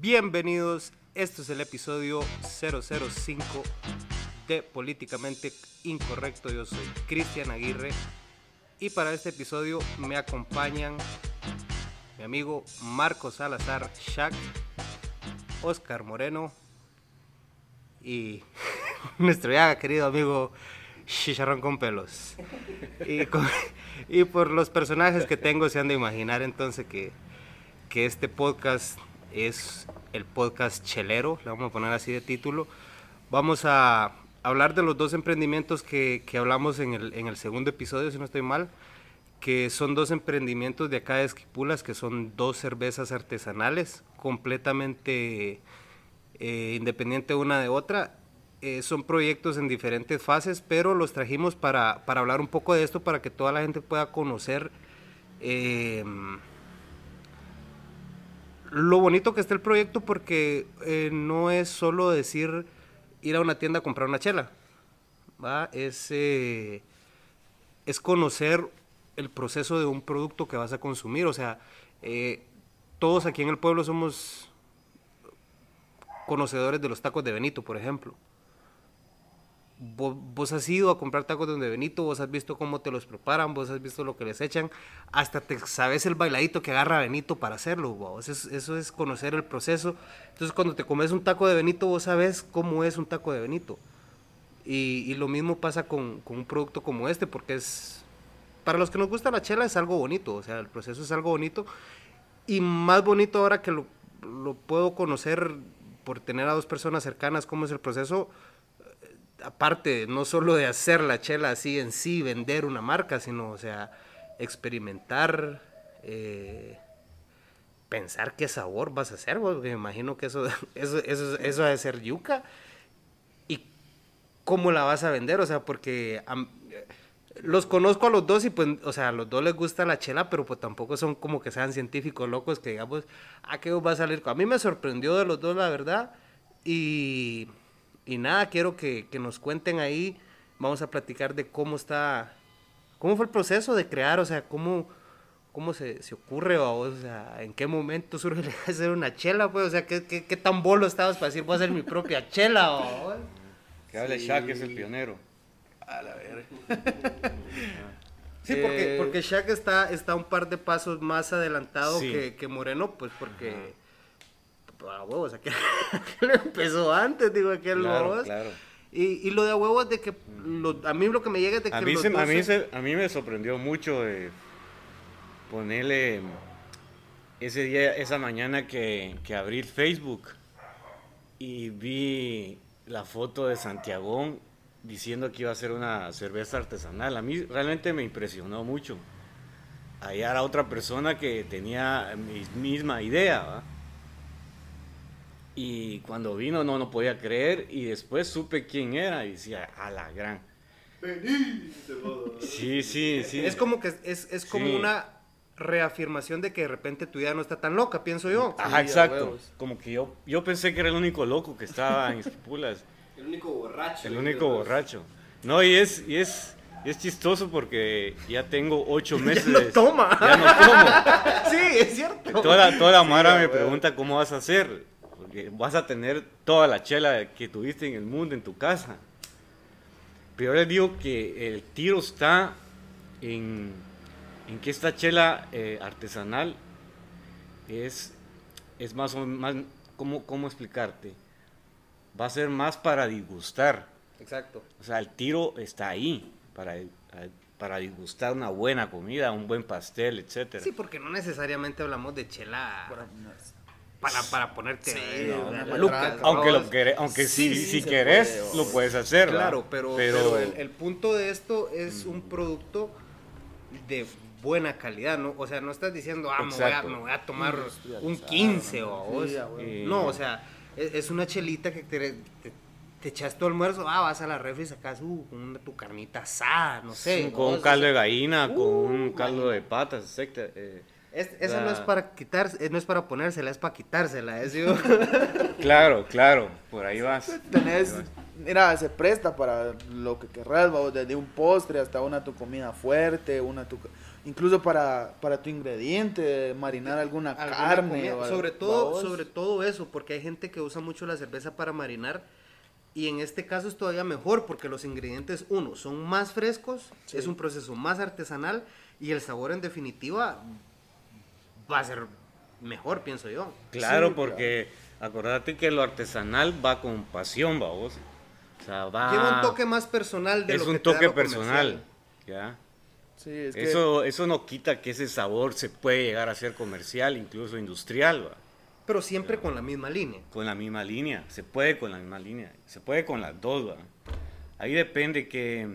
Bienvenidos, esto es el episodio 005 de Políticamente Incorrecto. Yo soy Cristian Aguirre y para este episodio me acompañan mi amigo Marco Salazar Shaq, Oscar Moreno y nuestro ya querido amigo Chicharrón con pelos. Y por los personajes que tengo se han de imaginar entonces que este podcast es el podcast chelero, le vamos a poner así de título. Vamos a hablar de los dos emprendimientos que hablamos en el segundo episodio, si no estoy mal, que son dos emprendimientos de acá de Esquipulas, que son dos cervezas artesanales, completamente independiente una de otra. Son proyectos en diferentes fases, pero los trajimos para hablar un poco de esto, para que toda la gente pueda conocer lo bonito que está el proyecto, porque no es solo decir ir a una tienda a comprar una chela, ¿va? Es conocer el proceso de un producto que vas a consumir. O sea, todos aquí en el pueblo somos conocedores de los tacos de Benito, por ejemplo. Vos has ido a comprar tacos de Benito, vos has visto cómo te los preparan, vos has visto lo que les echan, hasta te sabes el bailadito que agarra Benito para hacerlo, vos. Eso es conocer el proceso. Entonces cuando te comes un taco de Benito, vos sabes cómo es un taco de Benito. Y lo mismo pasa con un producto como este, porque es, para los que nos gusta la chela, es algo bonito. O sea, el proceso es algo bonito, y más bonito ahora que lo puedo conocer por tener a dos personas cercanas cómo es el proceso. Aparte, no solo de hacer la chela así en sí, vender una marca, sino, o sea, experimentar, pensar qué sabor vas a hacer, porque me imagino que eso ha de ser yuca, y cómo la vas a vender. O sea, porque los conozco a los dos y pues, o sea, a los dos les gusta la chela, pero pues tampoco son como que sean científicos locos que digamos, ¿qué va a salir? A mí me sorprendió de los dos, la verdad, y nada, quiero que nos cuenten ahí. Vamos a platicar de cómo fue el proceso de crear, o sea, cómo se ocurre, o sea, en qué momento surge la idea de hacer una chela, pues, o sea, qué tan bolo estabas para decir, voy a hacer mi propia chela, o que hable Shaq, que es el pionero. A la verga. Sí, porque Shaq está un par de pasos más adelantado, sí, que Moreno, pues porque a huevos, aquel empezó antes, digo, aquel huevos. Claro. Y lo de a huevos de que a mí lo que me llega es de que a mí me sorprendió mucho ponerle ese día, esa mañana que abrí el Facebook y vi la foto de Santiago diciendo que iba a ser una cerveza artesanal. A mí realmente me impresionó mucho. Allá era otra persona que tenía mi misma idea, ¿va? Y cuando vino no podía creer, y después supe quién era y decía, a la gran. Sí. Es como que es como sí, una reafirmación de que de repente tu idea no está tan loca, pienso yo. Ajá, sí, exacto. Como que yo pensé que era el único loco que estaba en Esquipulas. El único borracho. El único borracho. No, y es chistoso porque ya tengo 8 meses. Ya no toma. Ya no tomo. Sí, es cierto. Toda la mara me pregunta cómo vas a hacer. Porque vas a tener toda la chela que tuviste en el mundo en tu casa. Pero yo les digo que el tiro está en que esta chela artesanal es más o menos, ¿cómo explicarte? Va a ser más para disgustar. Exacto. O sea, el tiro está ahí para disgustar una buena comida, un buen pastel, etcétera. Sí, porque no necesariamente hablamos de chela para ponerte, sí, Lucas, aunque si querés lo puedes hacer. Claro, pero el punto de esto es un producto de buena calidad, ¿no? O sea, no estás diciendo, me voy a tomar un 15 o no, o sea, es una chelita que te echas tu almuerzo, vas a la refri y sacas tu carnita asada, no sé. Con un caldo de gallina, con un caldo de patas, etc. Esa no es para quitarse, no es para ponérsela, es para quitársela, Claro, por ahí vas. mira, se presta para lo que querrás, vamos, desde un postre hasta tu comida fuerte, incluso para tu ingrediente, marinar alguna carne. Comida. Sobre todo eso, porque hay gente que usa mucho la cerveza para marinar. Y en este caso es todavía mejor porque los ingredientes, uno, son más frescos, sí. Es un proceso más artesanal y el sabor en definitiva va a ser mejor, pienso yo. Claro, sí, porque acordate que lo artesanal va con pasión, vos. O sea, lleva un toque más personal de es lo que un te da toque lo personal, ¿ya? Sí, es que... eso no quita que ese sabor se puede llegar a ser comercial, incluso industrial, ¿va? Pero siempre con la misma línea. Con la misma línea, se puede con la misma línea, se puede con las dos, ¿va? Ahí depende que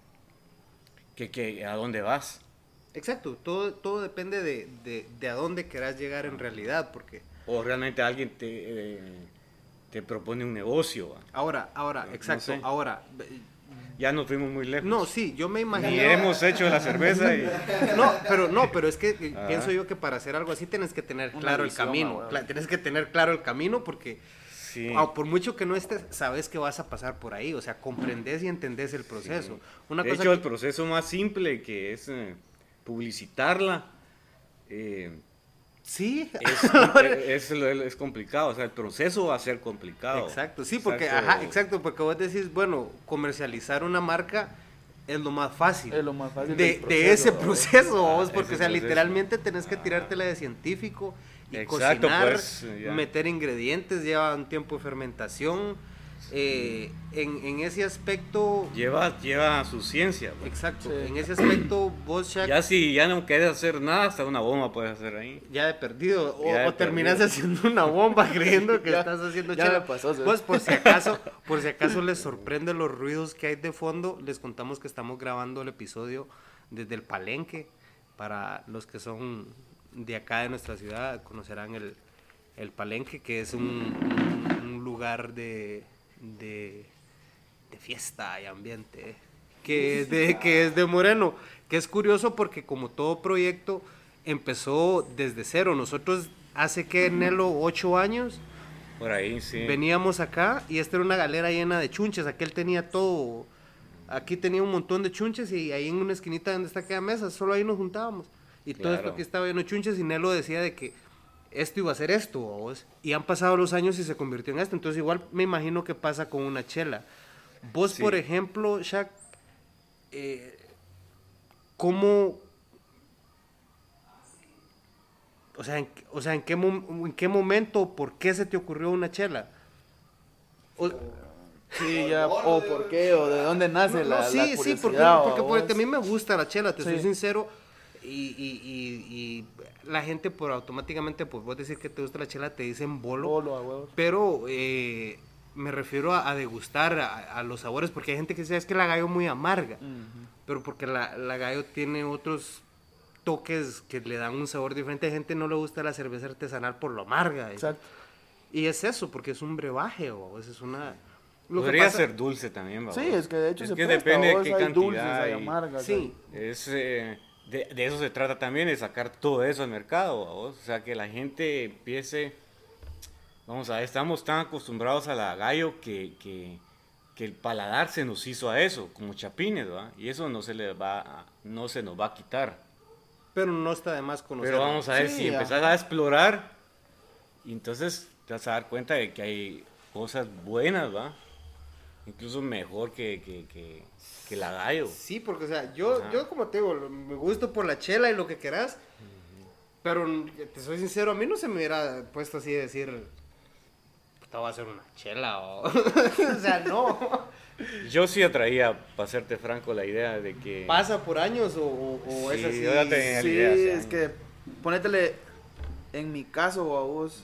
a dónde vas. Exacto, todo depende de a dónde querás llegar en realidad, porque... O realmente alguien te propone un negocio, ¿va? Ahora, exacto, no sé. Ahora... Ya nos fuimos muy lejos. No, sí, yo me imagino... Ni hemos hecho la cerveza y... pero es que pienso yo que para hacer algo así tienes que tener claro el camino. Tienes que tener claro el camino porque sí. Por mucho que no estés, sabes que vas a pasar por ahí. O sea, comprendes y entendés el proceso. Sí. Una de cosa hecho, el proceso más simple que es publicitarla... sí, es complicado, o sea, el proceso va a ser complicado. Exacto, sí, porque porque vos decís, bueno, comercializar una marca es lo más fácil. Es lo más fácil de ese proceso, vos, porque o sea, literalmente tenés que tirártela de científico y cocinar, pues, meter ingredientes, lleva un tiempo de fermentación. En ese aspecto lleva su ciencia, pues. Exacto, sí. En ese aspecto vos ya si ya no querés hacer nada, hasta una bomba puedes hacer ahí ya de perdido o terminas haciendo una bomba creyendo que estás haciendo ya chela. Me pasó, ¿sí? Pues por si acaso les sorprende los ruidos que hay de fondo, les contamos que estamos grabando el episodio desde el Palenque. Para los que son de acá de nuestra ciudad conocerán el Palenque, que es un lugar de fiesta y ambiente que es de Moreno, que es curioso porque como todo proyecto empezó desde cero. Nosotros hace que Nelo 8 años por ahí, sí, veníamos acá y esta era una galera llena de chunches. Aquel tenía todo, aquí tenía un montón de chunches y ahí en una esquinita donde está aquella mesa solo ahí nos juntábamos y claro. Todo esto aquí estaba lleno de chunches y Nelo decía de que esto iba a ser esto, ¿vos? Y han pasado los años y se convirtió en esto. Entonces igual me imagino que pasa con una chela. Vos, sí. Por ejemplo, Shaq, ¿cómo? O sea, ¿en qué momento, por qué se te ocurrió una chela? Sí, ya, o por qué, o de dónde nace la curiosidad. Sí, porque a mí me gusta la chela, te soy sincero. Y la gente por automáticamente, pues vos decir que te gusta la chela, te dicen bolo, pero me refiero a degustar a los sabores, porque hay gente que dice, es que la gallo muy amarga, pero porque la gallo tiene otros toques que le dan un sabor diferente. A gente no le gusta la cerveza artesanal por lo amarga. Exacto. Y es eso, porque es un brebaje, o es una... Podría ser dulce también, ¿va? Sí, es que de hecho es que depende de qué cantidad dulces, hay amargas. Sí. De eso se trata también, de sacar todo eso al mercado, ¿vos? O sea, que la gente empiece, vamos a ver, estamos tan acostumbrados a la gallo que el paladar se nos hizo a eso, como chapines, ¿va? Y eso no se nos va a quitar. Pero no está de más conocerlo. Pero vamos a ver, si empezás a explorar, y entonces te vas a dar cuenta de que hay cosas buenas, ¿va? Incluso mejor que la gallo. Sí, porque o sea, yo como te digo, me gusto por la chela y lo que querás, pero te soy sincero, a mí no se me hubiera puesto así de decir, puta, voy a hacer una chela o... o sea, no. Yo sí atraía, para serte franco, la idea de que... ¿Pasa por años o sí, es así? Yo ya tenía sí, idea hace es años. que, ponétele, en mi caso, a vos,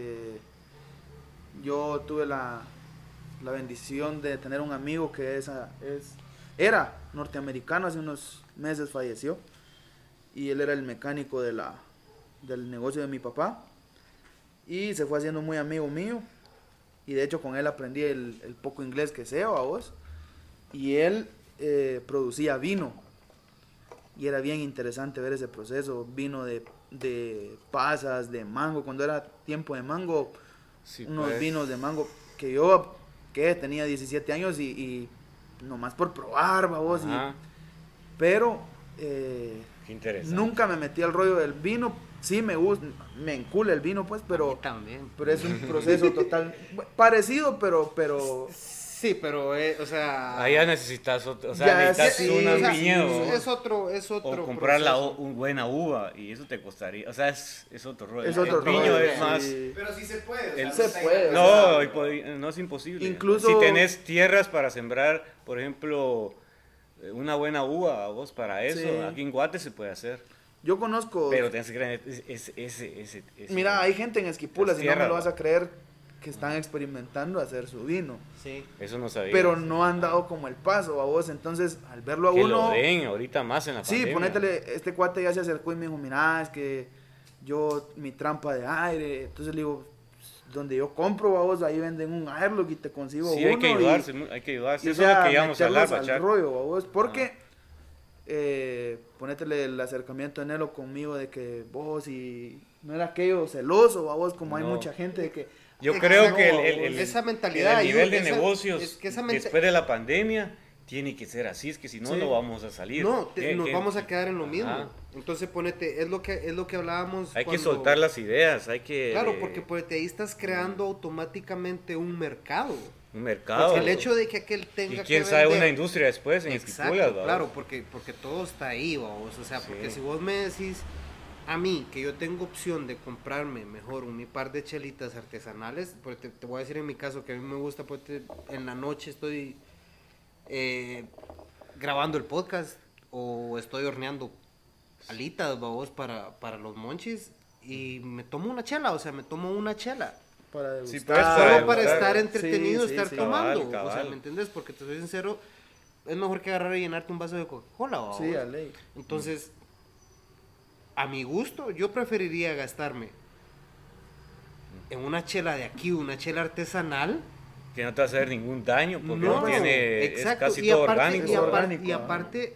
yo tuve la bendición de tener un amigo que era norteamericano, hace unos meses falleció, y él era el mecánico del negocio de mi papá, y se fue haciendo muy amigo mío, y de hecho con él aprendí el poco inglés que sé, a vos, y él producía vino, y era bien interesante ver ese proceso, vino de pasas, de mango, cuando era tiempo de mango, sí, unos vinos de mango que yo que tenía 17 años y nomás por probar, babos. Ajá. Pero Qué interesante. nunca me metí al rollo del vino. Sí me gusta, me encula el vino, pues, A mí pero también. es un proceso total parecido, pero Sí, pero, o sea... Ahí ya necesitas, o sea, Ya, necesitas sí, un o sea, viñedo. Es otro O comprar proceso. una buena uva y eso te costaría, o sea, es otro rollo. es otro el viño rollo, es sí. más... Pero sí se puede. O sea, El- se no está puede, inalcanzable. No es imposible. Incluso- si tenés tierras para sembrar, por ejemplo, una buena uva, vos para eso, Sí. aquí en Guate se puede hacer. yo conozco. Pero tenés que creer ese Mira, hay gente en Esquipulas, Es si no me tierra, lo vas ¿va? a creer, que están experimentando hacer su vino. Sí. Eso no sabía. Pero no han dado como el paso a vos. Entonces, al verlo a que uno. lo den ahorita más en la Sí, pandemia. ponétele, este cuate ya se acercó y me dijo, mira, es que mi trampa de aire. Entonces le digo, donde yo compro, vos, ahí venden un airlock y te consigo Sí, uno. hay que ayudarse, hay que y, ayudarse. o Eso es lo sea, que íbamos a hablar, meterlos al Bachar. rollo, vos, porque ponétele el acercamiento de Nelo conmigo de que vos y no era aquello celoso, vos, como hay No. mucha gente de que Yo Exacto, creo que esa mentalidad, el nivel de esa- negocios es que esa después de la pandemia tiene que ser así, es que si no, Sí. no vamos a salir. No, ¿Qué- nos qué? vamos a quedar en lo mismo. Ajá. Entonces ponete, es lo que hablábamos. Hay que cuando- soltar las ideas, hay que... Claro, porque ponete, ahí estás creando automáticamente un mercado. Un mercado. Porque el hecho de que aquel y tenga quién que sabe vender- una industria después en Exacto, Esquipulas, ¿va? claro, porque todo está ahí, vamos. O sea, porque Sí. si vos me decís a mí que yo tengo opción de comprarme mejor un par de chelitas artesanales, porque te voy a decir en mi caso que a mí me gusta, pues en la noche estoy grabando el podcast o estoy horneando alitas, vamos, para los monchis y me tomo una chela, o sea, me tomo una chela. para Sí, degustar. pues, Solo para degustar. estar entretenido, Sí, sí, estar sí. tomando. Cabal, O sea, cabal. ¿me entendés? Porque te soy sincero, es mejor que agarrar y llenarte un vaso de Coca-Cola. ¿va, Sí, vos? a ley. Entonces, a mi gusto, yo preferiría gastarme en una chela de aquí, una chela artesanal. Que no te va a hacer ningún daño porque no, tiene... exacto, Es casi y todo aparte, orgánico. Es orgánico, y ajá. aparte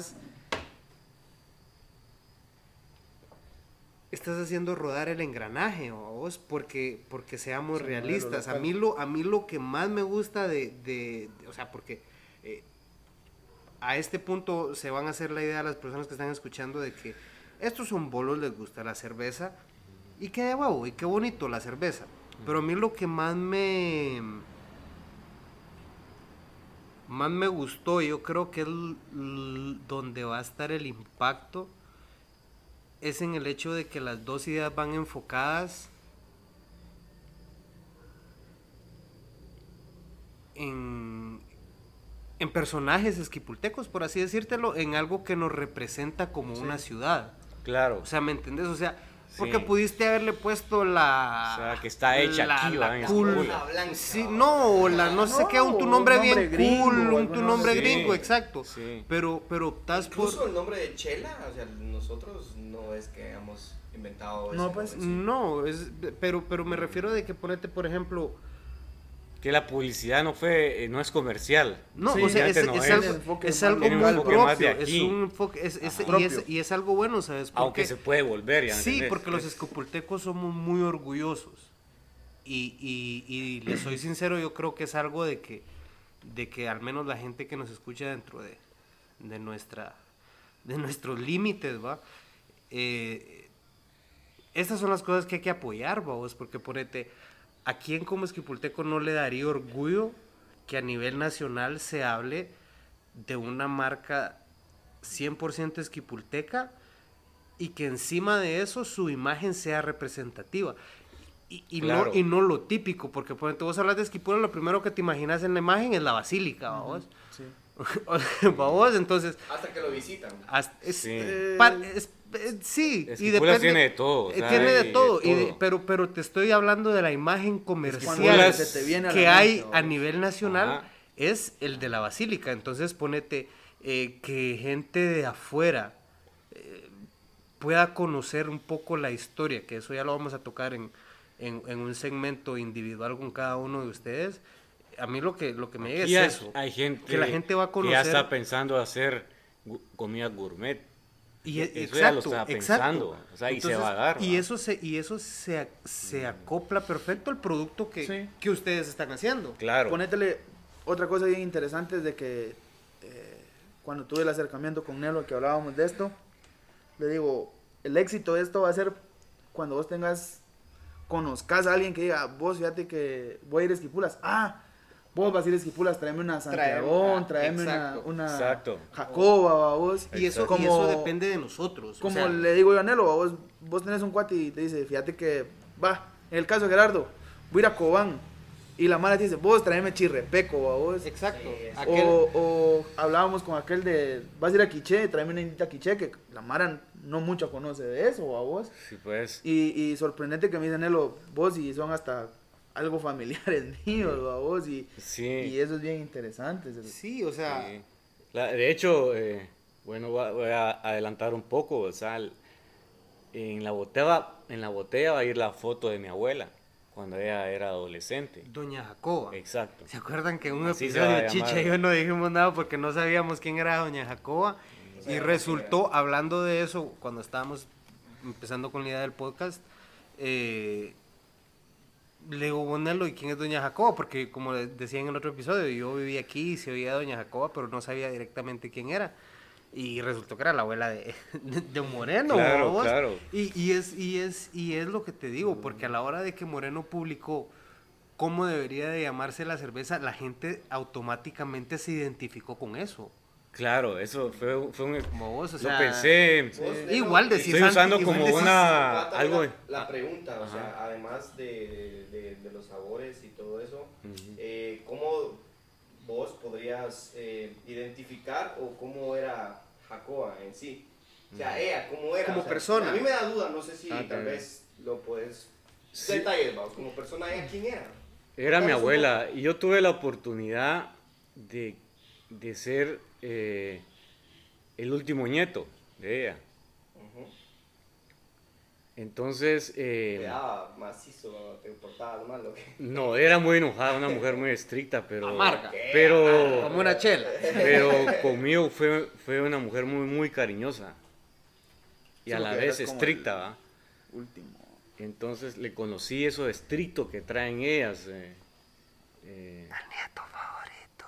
estás haciendo rodar el engranaje, ¿va vos, porque seamos Se mueve lo realistas. local. A mí lo que más me gusta o sea, porque a este punto se van a hacer la idea a las personas que están escuchando de que estos son bolos, les gusta la cerveza y qué de huevo y qué bonito la cerveza. Pero a mí lo que más me gustó, yo creo que es donde va a estar el impacto, es en el hecho de que las dos ideas van enfocadas en personajes esquipultecos, por así decírtelo, en algo que nos representa como una ciudad. Claro. O sea, ¿me entendés? O sea, porque Sí. pudiste haberle puesto la... O sea, que está hecha aquí, va, en cool. Esquipulas. Blanca, Sí, va. no, o la no sé No, qué, tu un nombre nombre bien gringo, cool, algo tu no nombre sé. gringo, Sí, exacto. sí. Pero optas por... Incluso el nombre de Chela, o sea, nosotros no es que hayamos inventado No, ese pues, nombre, sí. No, pero me refiero de que ponete, por ejemplo... Que la publicidad no es comercial. No, Sí, o sea, es, realmente no es es. algo, Tiene enfoque es más algo Tiene un muy enfoque más de propio, es aquí. un enfoque, Propio. y es algo bueno, ¿sabes? Porque, Aunque se puede volver, ya. sí, ¿entendés? porque los Es- escopultecos somos muy orgullosos. Y les soy sincero, yo creo que es algo de que al menos la gente que nos escucha dentro de nuestros límites, ¿va? Estas son las cosas que hay que apoyar, vamos, porque ponete, ¿a quién como esquipulteco no le daría orgullo que a nivel nacional se hable de una marca 100% esquipulteca y que encima de eso su imagen sea representativa? Y Claro. no lo típico, porque ponete, vos hablas de Esquipulas, lo primero que te imaginas en la imagen es la basílica, vamos. Sí. Vamos, entonces... Hasta que lo visitan. Sí. Sí, y Esquipulas depende, tiene de todo, o sea, tiene hay de todo, de todo. pero te estoy hablando de la imagen comercial Esquipulas se te viene a la que mente, hay vamos. a nivel nacional, Ajá. es el de la basílica. Entonces ponete que gente de afuera pueda conocer un poco la historia, que eso ya lo vamos a tocar en un segmento individual con cada uno de ustedes. A mí lo que me llega Aquí es eso. hay gente que la gente va a que conocer. ya está pensando hacer comida gourmet. Eso ya lo estaba pensando, o sea, y se va a dar. Y eso se acopla perfecto al producto que ustedes están haciendo. Claro. Ponétele otra cosa bien interesante es de que cuando tuve el acercamiento con Nelo, que hablábamos de esto, le digo, el éxito de esto va a ser cuando vos conozcas a alguien que diga, vos fíjate que voy a ir a Esquipulas. Vos vas a ir a Esquipulas, tráeme una Santiago, tráeme una Exacto. Jacoba, vos. Y eso depende de nosotros. Como le digo yo a Nelo, vos tenés un cuate y te dice, fíjate que, en el caso de Gerardo, voy a ir a Cobán. Y la mala te dice, vos tráeme chirrepeco, vos. Exacto. O hablábamos con aquel de, vas a ir a Quiché, tráeme una indita Quiché, que la Mara no mucho conoce de eso, vos. Sí, pues. Y sorprendente que me dicen, Nelo, vos y son hasta algo familiares míos, vos. Y eso es bien interesante. Sí, o sea... Sí. De hecho, bueno, voy a adelantar un poco, o sea, en la botella va a ir la foto de mi abuela, cuando ella era adolescente. Doña Jacoba. Exacto. ¿Se acuerdan que en un Así se episodio va a de Chicha llamar. y yo no dijimos nada porque no sabíamos quién era Doña Jacoba? Y resultó, hablando de eso, cuando estábamos empezando con la idea del podcast, le digo, Bonelo, ¿y quién es Doña Jacoba? Porque como decía en el otro episodio, yo vivía aquí y se oía Doña Jacoba, pero no sabía directamente quién era. Y resultó que era la abuela de Moreno. Claro, ¿vos? claro. Y es lo que te digo, porque a la hora de que Moreno publicó cómo debería de llamarse la cerveza, la gente automáticamente se identificó con eso. Claro, eso fue un... Como vos, o Lo sea, pensé... igual decís Estoy usando igual como decís- una... algo... La pregunta, o sea, además de los sabores y todo eso, ¿cómo vos podrías identificar o cómo era Jacoba en sí? O sea, ella, ¿cómo era? Como O sea, persona. A mí me da duda, no sé si tal tal vez. vez lo puedes... Sí. Detalles, vamos, como persona, ¿ella quién era? Era mi Claro, abuela y yo tuve la oportunidad de ser el último nieto de ella. Ujú. Entonces, Te daba macizo, te importaba mal lo que... no, era muy enojada, una mujer muy estricta, pero... Amarga. Pero, Como una chela. pero conmigo fue una mujer muy, muy cariñosa y Sí, a la porque vez eras como estricta, el- ¿va? Último. Entonces le conocí eso estricto que traen ellas. Nieto favorito.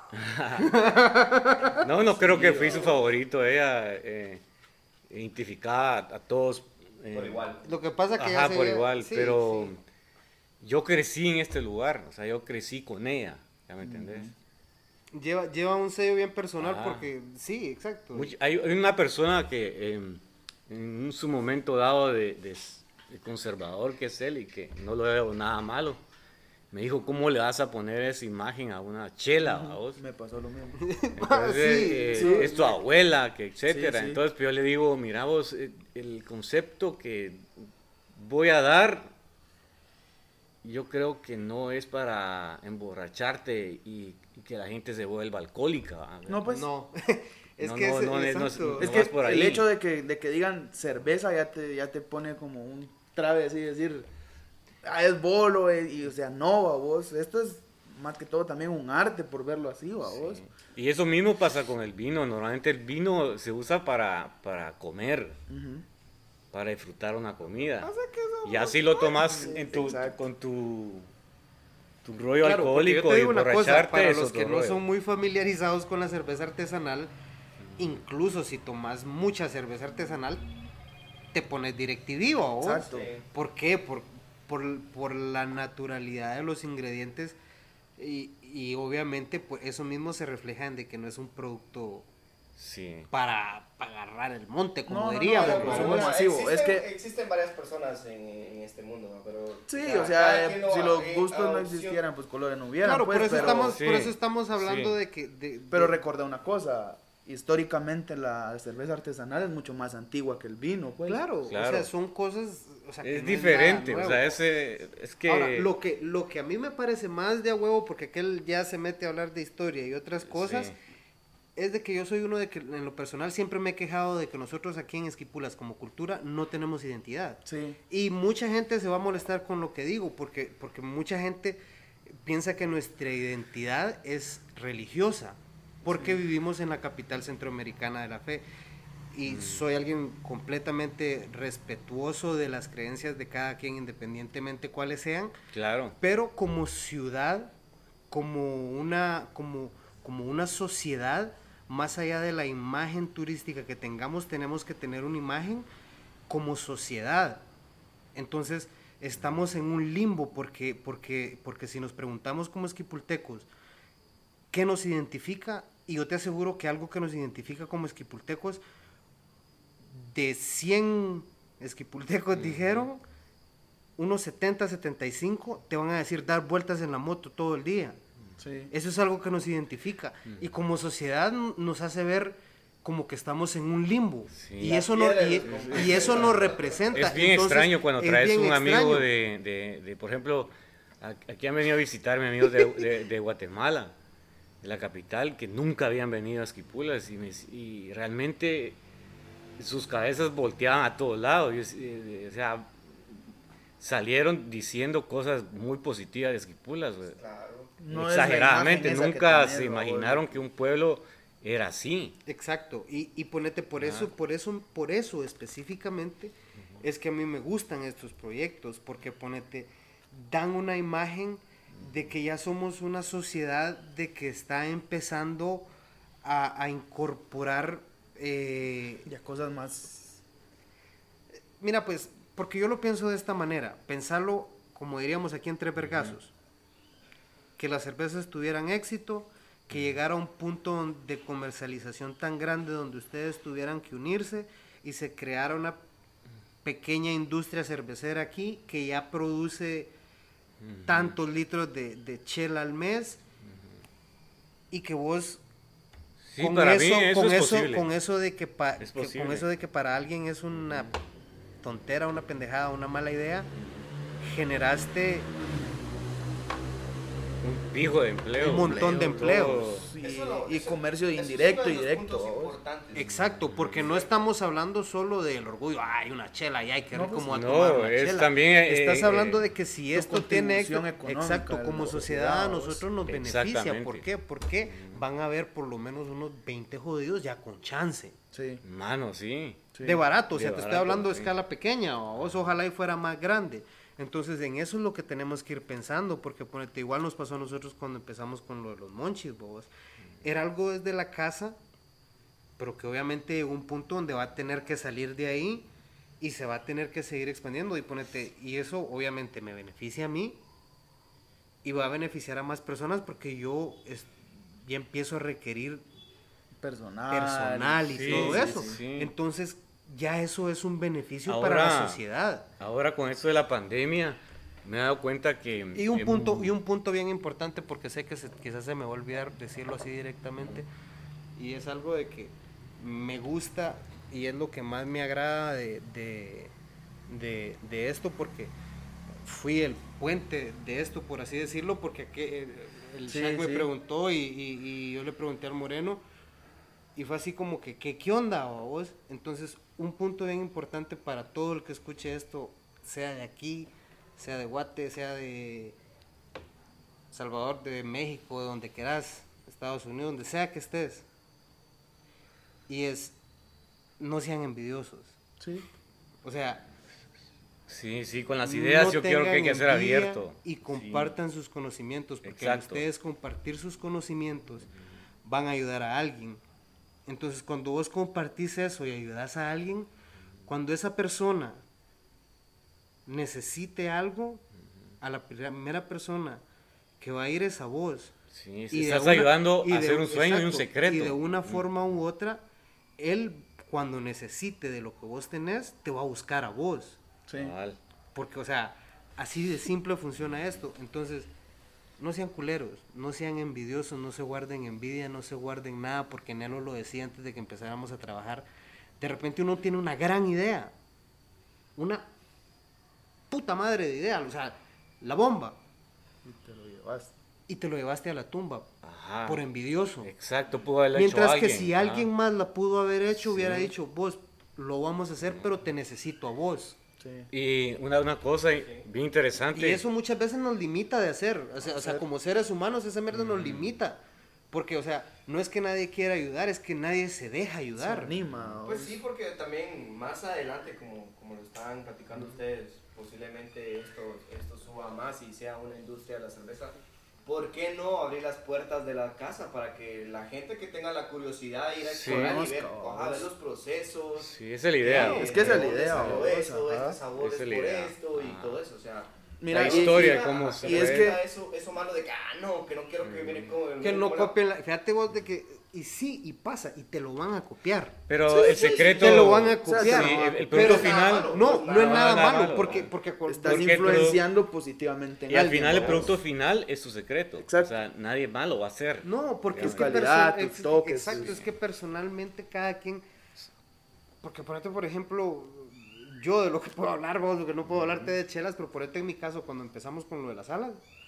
No creo que fui su favorito. Ella identificaba a todos. Por igual. Lo que pasa que Ajá, ya por igual. sí, pero sí. yo crecí en este lugar. O sea, yo crecí con ella. ¿Ya me entendés? Lleva un sello bien personal Ah. porque, sí, exacto. Hay una persona que en su momento dado de conservador que es él y que no lo veo nada malo, me dijo, ¿cómo le vas a poner esa imagen a una chela, a vos? Me pasó lo mismo. Entonces, Sí, es tu abuela, que etcétera. Sí, sí. Entonces, pues, yo le digo, mira vos, el concepto que voy a dar, yo creo que no es para emborracharte y que la gente se vuelva alcohólica. ¿va? No, pues. No, es No, que no, es, no, exacto. Es no que vas por el ahí. hecho de que digan cerveza ya te pone como un trave así, decir, es bolo, y o sea, no, va vos, esto es más que todo también un arte por verlo así, va vos. Y eso mismo pasa con el vino. Normalmente el vino se usa para comer, Ujú. para disfrutar una comida. Pasa que somos Y así lo tomas en Exacto. con tu rollo Claro, porque yo alcohólico te y digo una cosa, emborracharte. para es los otro que no rollo. son muy familiarizados con la cerveza artesanal, incluso si tomas mucha cerveza artesanal, te pones directivo, ¿vos? Exacto. Sí. ¿Por qué? Por la naturalidad de los ingredientes y obviamente pues eso mismo se refleja en de que no es un producto Sí. para agarrar el monte, como No, no, diríamos. no, ¿no? pero Bueno, masivo, existen, es que- existen varias personas en este mundo, ¿no? Pero Sí, cada o sea, quien lo si los hace gustos a no opción. existieran, pues colores no hubieran, Claro, pues, por eso pero, estamos hablando sí. de que... pero recuerda una cosa, históricamente la cerveza artesanal es mucho más antigua que el vino, pues. Claro, Claro. o sea, son cosas... O sea, que Es no diferente, nada o nuevo. sea, es que... Ahora, lo que a mí me parece más de a huevo, porque aquel ya se mete a hablar de historia y otras cosas, Sí. es de que yo soy uno de que en lo personal siempre me he quejado de que nosotros aquí en Esquipulas como cultura no tenemos identidad. Sí. Y mucha gente se va a molestar con lo que digo, porque mucha gente piensa que nuestra identidad es religiosa, porque vivimos en la capital centroamericana de la fe. y soy alguien completamente respetuoso de las creencias de cada quien, independientemente cuáles sean. Claro. Pero como ciudad, como una sociedad, más allá de la imagen turística que tengamos, tenemos que tener una imagen como sociedad. Entonces, estamos en un limbo porque si nos preguntamos como esquipultecos, ¿qué nos identifica? Y yo te aseguro que algo que nos identifica como esquipultecos, de 100 esquipultecos dijeron, unos 70, 75 te van a decir dar vueltas en la moto todo el día. Sí. Eso es algo que nos identifica. Y como sociedad nos hace ver como que estamos en un limbo. Sí. Y eso nos representa. Es bien Entonces, extraño cuando es traes bien un amigo extraño. de, por ejemplo, aquí han venido a visitarme amigos de Guatemala, de la capital, que nunca habían venido a Esquipulas y realmente sus cabezas volteaban a todos lados. O sea, salieron diciendo cosas muy positivas de Esquipulas. Claro. No es la exageradamente, imagen esa que nunca tenés, se Raúl. imaginaron que un pueblo era así. Exacto, y ponete por eso específicamente es que a mí me gustan estos proyectos, porque ponete, dan una imagen de que ya somos una sociedad de que está empezando a incorporar Ya cosas más... mira, pues, porque yo lo pienso de esta manera, pensarlo como diríamos aquí en Tres Vergazos, que las cervezas tuvieran éxito, que llegara a un punto de comercialización tan grande donde ustedes tuvieran que unirse y se creara una pequeña industria cervecera aquí que ya produce tantos litros de chela al mes y que vos Sí, para mí eso es posible. con eso de Es posible. con eso de que para alguien es una tontera, una pendejada, una mala idea, generaste Un pijo de empleo. un montón de empleos. todo. Y comercio indirecto y directo. ¿vos? Exacto, porque no estamos hablando solo del orgullo, ay, una chela, y ay, qué No, rico pues, me voy a no, tomar una es chela. también, Estás hablando de que si tu esto tiene éxito, contribución económica exacto, de como la sociedad a sociedad, nosotros nos beneficia. Exactamente. ¿Por qué? Porque van a haber por lo menos unos 20 jodidos ya con chance. Sí. Mano, sí. Sí. De barato, o sea, De te estoy barato, hablando de sí. escala pequeña, o vos ojalá y fuera más grande. Entonces, en eso es lo que tenemos que ir pensando, porque ponete, igual nos pasó a nosotros cuando empezamos con lo de los monchis, vos. Era algo desde la casa, pero que obviamente llegó un punto donde va a tener que salir de ahí y se va a tener que seguir expandiendo. Y ponete, y eso obviamente me beneficia a mí y va a beneficiar a más personas porque ya empiezo a requerir personal y Sí, todo sí, eso. sí, sí. Entonces, ya eso es un beneficio Ahora- para la sociedad. Ahora con esto de la pandemia, me he dado cuenta que... Y un punto bien importante, porque sé que quizás se me va a olvidar decirlo así directamente, y es algo de que me gusta y es lo que más me agrada de esto, porque fui el puente de esto, por así decirlo, porque aquí el Sí, Shaq me sí. preguntó y yo le pregunté al Moreno, y fue así como que, ¿qué onda vos? Entonces, un punto bien importante para todo el que escuche esto, sea de aquí, sea de Guate, sea de Salvador, de México, de donde quieras, Estados Unidos, donde sea que estés. Y no sean envidiosos. Sí. O sea, Sí, sí, con las ideas no yo creo que hay que tengan ser envidia abierto. y compartan sus conocimientos, porque Exacto. ustedes compartir sus conocimientos van a ayudar a alguien. Entonces, cuando vos compartís eso y ayudas a alguien, cuando esa persona necesite algo, a la primera persona que va a ir es a vos. Sí, Y de estás una- ayudando y a de- hacer un sueño y un exacto, secreto. Y de una forma u otra, él cuando necesite de lo que vos tenés, te va a buscar a vos. Sí. Cabal. Porque, o sea, así de simple funciona esto. Entonces, no sean culeros, no sean envidiosos, no se guarden envidia, no se guarden nada, porque Nelo lo decía antes de que empezáramos a trabajar. De repente uno tiene una gran idea, una puta madre de idea, o sea, la bomba, Y te lo llevas. y te lo llevaste a la tumba Ajá. por envidioso. Exacto, pudo haberla Mientras hecho que alguien. si Ajá. alguien más la pudo haber hecho, hubiera Sí. dicho, vos lo vamos a hacer, pero te necesito a vos. Sí. Y una cosa bien interesante. Y eso muchas veces nos limita de hacer. O sea, como seres humanos, esa mierda nos limita. Porque, o sea, no es que nadie quiera ayudar, es que nadie se deja ayudar. Se anima. Pues sí, porque también más adelante, como lo estaban platicando ustedes, posiblemente esto suba más y sea una industria de la cerveza. ¿Por qué no abrir las puertas de la casa para que la gente que tenga la curiosidad de ir a explorar y ver, ver los procesos? Sí, esa es la idea. Es que esa es la idea. Salió esto, este sabor Esa es es la por idea. esto y todo eso, o sea... Mira, la historia, cómo se y es que eso malo de que, no quiero que viene con... Que no copien, fíjate vos de que, y sí, y pasa, y te lo van a copiar. Pero el secreto... Te lo van a copiar. Sí, el producto final... No es nada malo, porque estás influenciando positivamente en y al final el producto final es tu secreto. Exacto. O sea, nadie más lo va a hacer. No, porque tu calidad, tus toques. Exacto, es que personalmente cada quien... Porque ponete, por ejemplo, yo de lo que puedo hablar, vos, lo que no puedo hablarte de chelas, pero ponete en mi caso, cuando empezamos con lo de las salas,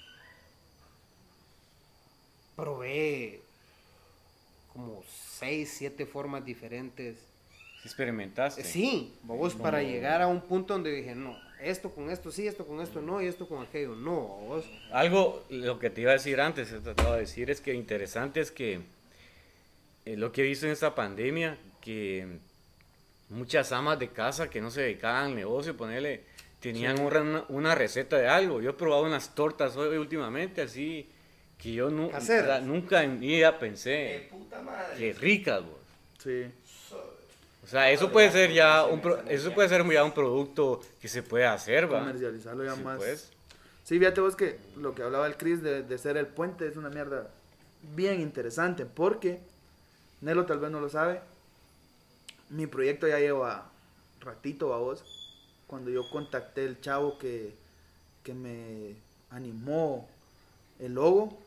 probé como 6, 7 formas diferentes. Experimentaste. Sí, vos para llegar a un punto donde dije, no, esto con esto sí, esto con esto no, y esto con aquello no, vos. Algo, lo que te iba a decir antes, te trataba de decir, es que interesante es que lo que he visto en esta pandemia, que muchas amas de casa que no se dedicaban al negocio, ponerle, tenían una receta de algo. Yo he probado unas tortas hoy últimamente, así, que yo nunca en mi vida pensé. Puta madre. Qué ricas, vos. Sí. O sea, eso puede ser ya un producto que se puede hacer, ¿va? Comercializarlo ya Sí, más. pues. Sí, fíjate vos que lo que hablaba el Chris de ser el puente es una mierda bien interesante, porque Nelo tal vez no lo sabe. Mi proyecto ya lleva ratito a vos. Cuando yo contacté el chavo que me animó el logo,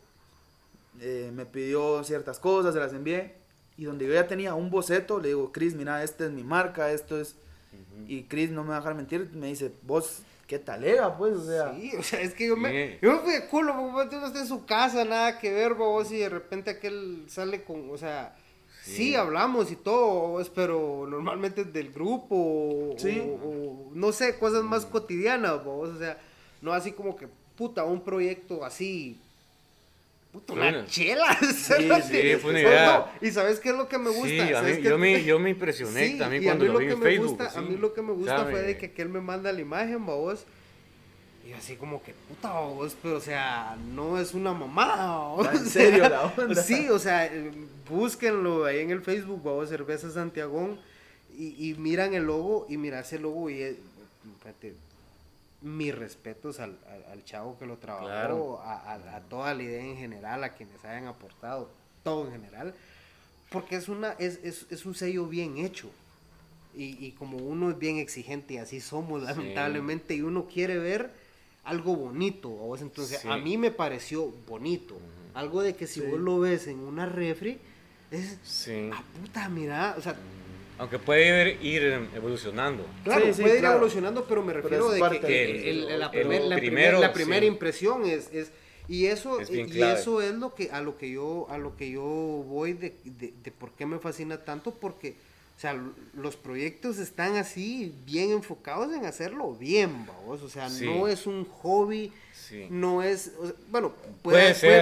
me pidió ciertas cosas, se las envié. Y donde yo ya tenía un boceto, le digo, Chris, mira, esta es mi marca, esto es... Y Chris no me va a dejar mentir, me dice, vos, ¿qué talega, pues? O sea... Sí, o sea, es que yo me fui de culo, porque no está en su casa, nada que ver, vos, y de repente aquel sale con, o sea... Sí, hablamos y todo, vos, pero normalmente es del grupo, Sí. o no sé, cosas más cotidianas, vos, o sea, no así como que, puta, un proyecto así... Puta, una chela. Sí, fue una idea. No, y ¿sabes qué es lo que me gusta? Sí, a mí, yo me impresioné Sí, también y cuando lo vi en Facebook. A mí lo que me gusta fue de que aquel me manda la imagen, vos. Y así como que, puta, vos, pero o sea, no es una mamada, vos. ¿En serio la onda? Sí, o sea, búsquenlo ahí en el Facebook, vos, Cerveza Santiagón, y miran el logo, y mira ese logo, y fíjate, mis respetos al chavo que lo trabajó, claro. a toda la idea en general, a quienes hayan aportado, todo en general, porque es un sello bien hecho, y como uno es bien exigente, y así somos lamentablemente, y uno quiere ver algo bonito, ¿vos? Entonces a mí me pareció bonito, algo de que si vos lo ves en una refri, es, puta, mira, o sea... Aunque puede ir evolucionando. Claro, puede ir evolucionando, pero me refiero de que la primera impresión es y eso es lo que a lo que yo voy de por qué me fascina tanto, porque o sea, los proyectos están así bien enfocados en hacerlo bien, vamos, o sea, no es un hobby. Sí. No es, o sea, bueno, puede ser,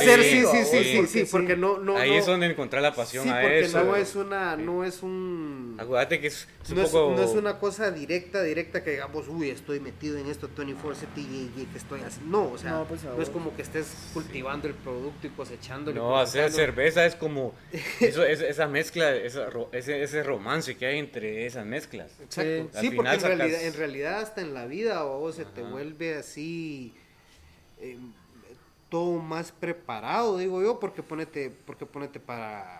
sí, porque no ahí es donde encontrar la pasión, sí, a porque eso. no es un... Acuérdate que es un no poco... no es una cosa directa que digamos, uy, estoy metido en esto 24/7 y que estoy así. No, o sea, no es como que estés cultivando el producto y cosechándolo. No, hacer cerveza es como esa mezcla, ese romance que hay entre esas mezclas. Exacto. Sí, porque en realidad hasta en la vida vos se te vuelve así... todo más preparado, digo yo, porque ponete para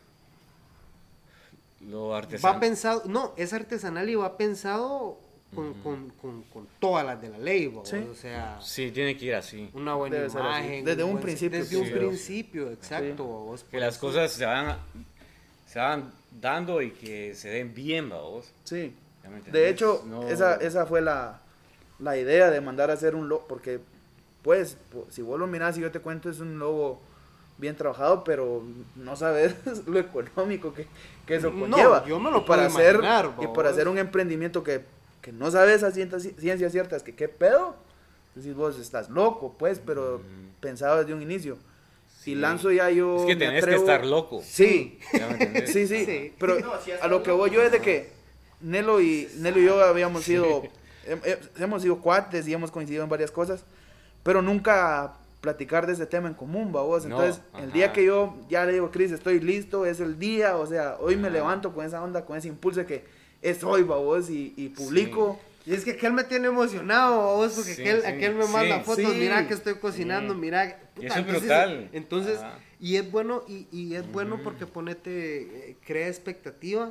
lo artesanal. Va pensado, no, es artesanal y va pensado con todas las de la ley, ¿no? Sí. O sea, sí, tiene que ir así. Una buena imagen, desde un principio. Desde un principio, exacto. Sí. Vos, que las cosas se van dando y que se den bien, vos. Sí. De hecho, no... esa fue la idea de mandar a hacer un logo, porque pues, si vos lo mirás y yo te cuento, es un logo bien trabajado, pero no sabes lo económico que eso conlleva. No, yo me lo y para puedo imaginar, y para hacer un emprendimiento que no sabes a ciencia cierta, es que qué pedo, decís vos, estás loco, pues, pero pensado desde un inicio. Y lanzo ya yo... Es que me tenés atrevo- que estar loco. Sí, ¿Ya me entendés? sí, sí. Sí. Pero No, sí, hasta a lo que loco, voy yo es de ¿no? que Nelo y yo habíamos sido... hemos sido cuates y hemos coincidido en varias cosas. Pero nunca platicar de ese tema en común, babos. No, Entonces, el ajá. día que yo ya le digo, Cris, estoy listo, es el día. O sea, hoy me Ajá. levanto con esa onda, con ese impulso de que es hoy, babos. Y publico. Y es que aquel me tiene emocionado, vos, porque Sí, aquel me manda sí, fotos, sí. mira que estoy cocinando, Sí. mira. Y eso es brutal. Entonces, Ajá. y es bueno, y es bueno porque crea expectativa,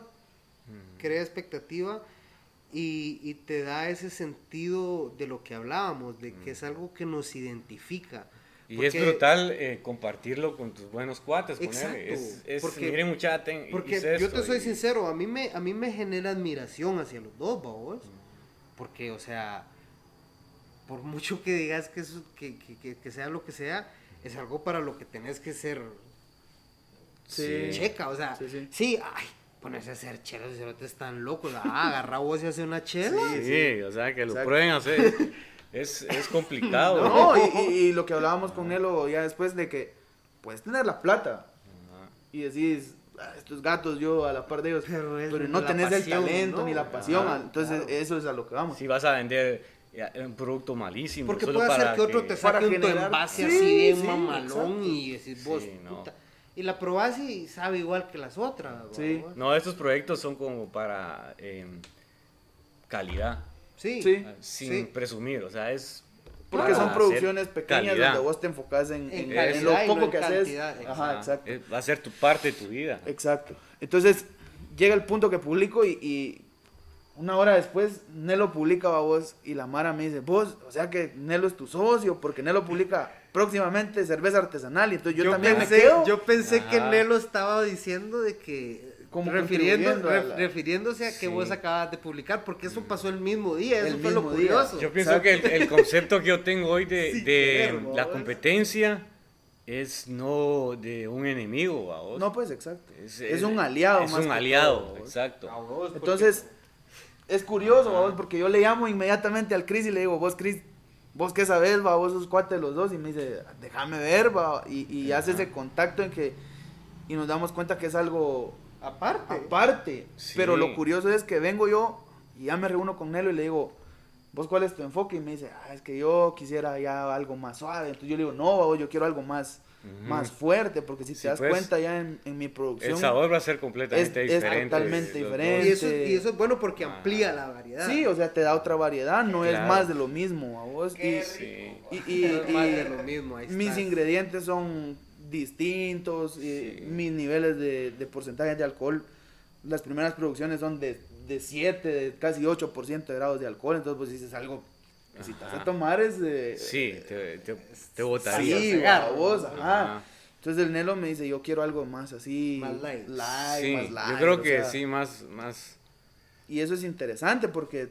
y te da ese sentido de lo que hablábamos, de que es algo que nos identifica. Y Porque- es brutal compartirlo con tus buenos cuates. Exacto, porque- miren mucha Porque yo te soy sincero, a mí me genera admiración hacia los dos, babos. Porque, o sea, por mucho que digas que, que sea lo que sea, es algo para lo que tenés que ser Sí. checa. O sea, Sí, sí. sí, ay, ponerse a hacer chelas, los cerotes están locos. Agarra vos y hace una chela. Sí, o sea, que lo Exacto. prueben a hacer. Es complicado. No, y lo que hablábamos con Nelo ya después de que puedes tener la plata. Ajá. Y decís, estos gatos, yo a la par de ellos. Pero es Pero no la tenés pasión, el talento ¿no? ni la pasión. Ajá, Entonces, claro. eso es a lo que vamos. Si vas a vender un producto malísimo. Porque solo puede ser para que otro te para saque un generar- envase Sí, así bien sí, mamalón exacto. y decís vos, Sí, no. puta. Y la probás y sabe igual que las otras. Sí. babos. No, estos proyectos son como para calidad. Sí. Sí. Sin Sí. presumir, o sea, es Porque para son hacer producciones pequeñas calidad. donde vos te enfocás en calidad lo y no poco en que haces. cantidad. Ajá, Ajá, exacto. va a ser tu parte de tu vida. Exacto. Entonces, llega el punto que publico y una hora después, Nelo publica a vos y la Mara me dice, vos, o sea que Nelo es tu socio, porque Nelo publica próximamente cerveza artesanal y entonces yo también me quedo. Yo pensé que Ajá. Nelo estaba diciendo de que Como contribuyendo a la- refiriéndose a que Sí. vos acabas de publicar, porque eso pasó el mismo día, eso El fue lo mismo día. curioso. Yo pienso que el concepto que yo tengo hoy de verbo, la ¿ves? competencia es no de un enemigo, ¿vos? No, pues exacto. Es un aliado es más un que aliado, todo, ¿vos? exacto. A vos, porque- Entonces, es curioso, vos, porque yo le llamo inmediatamente al Chris y le digo, vos, Chris, ¿vos qué sabes, va? Vos sos cuate de los dos. Y me dice, déjame ver, va. Y hace ese contacto en que, y nos damos cuenta que es algo aparte. Sí. Pero lo curioso es que vengo yo y ya me reúno con Nelo y le digo, ¿vos cuál es tu enfoque? Y me dice, es que yo quisiera ya algo más suave. Entonces yo le digo, no, vos, yo quiero algo más, Ujú. más fuerte, porque si Sí, te das pues, cuenta ya en mi producción. El sabor va a ser completamente es diferente. totalmente los diferente. y eso es bueno porque amplía la variedad. Sí, o sea, te da otra variedad, no es Claro. más de lo mismo a vos. Qué dos. Sí. No es más de lo mismo, ahí mis está. ingredientes son distintos, Sí. mis niveles de porcentaje de alcohol, las primeras producciones son de 7, de casi 8% de grados de alcohol, entonces pues dices algo que si te vas a Ajá. tomar es... Sí, te sí, botaría. a vos, ajá. Ajá. Entonces el Nelo me dice, yo quiero algo más así... Más light. Sí, más light, yo creo o que sea, sí, más. Y eso es interesante porque...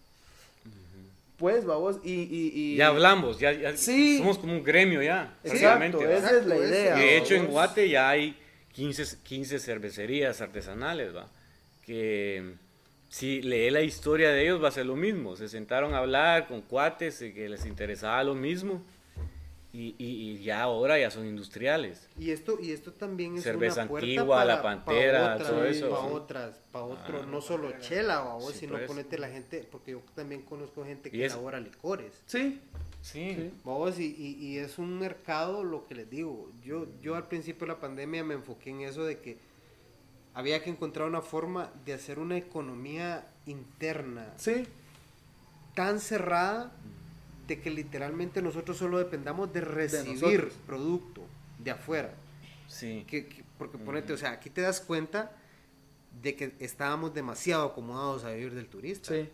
Pues, vamos, y... Ya hablamos, ya Sí. somos como un gremio ya. Exacto, prácticamente, ¿va? esa es la Exacto, idea. Y de hecho en vamos. Guate ya hay 15 cervecerías artesanales, ¿va? Que si lee la historia de ellos va a ser lo mismo. Se sentaron a hablar con cuates que les interesaba lo mismo y ya ahora ya son industriales. Y esto también es Cerveza una puerta Antigua, para, La Pantera, para todo eso, para sí. para otros, Ah. no solo chela, vos, Sí, sino pues. ponete la gente, porque yo también conozco gente Y que es- elabora licores. Sí, Sí. Sí. Vamos, y es un mercado, lo que les digo, yo al principio de la pandemia me enfoqué en eso de que había que encontrar una forma de hacer una economía interna sí, tan cerrada de que literalmente nosotros solo dependamos de recibir nosotros. producto de afuera. Sí. Porque ponete, o sea, aquí te das cuenta de que estábamos demasiado acomodados a vivir del turista. sí.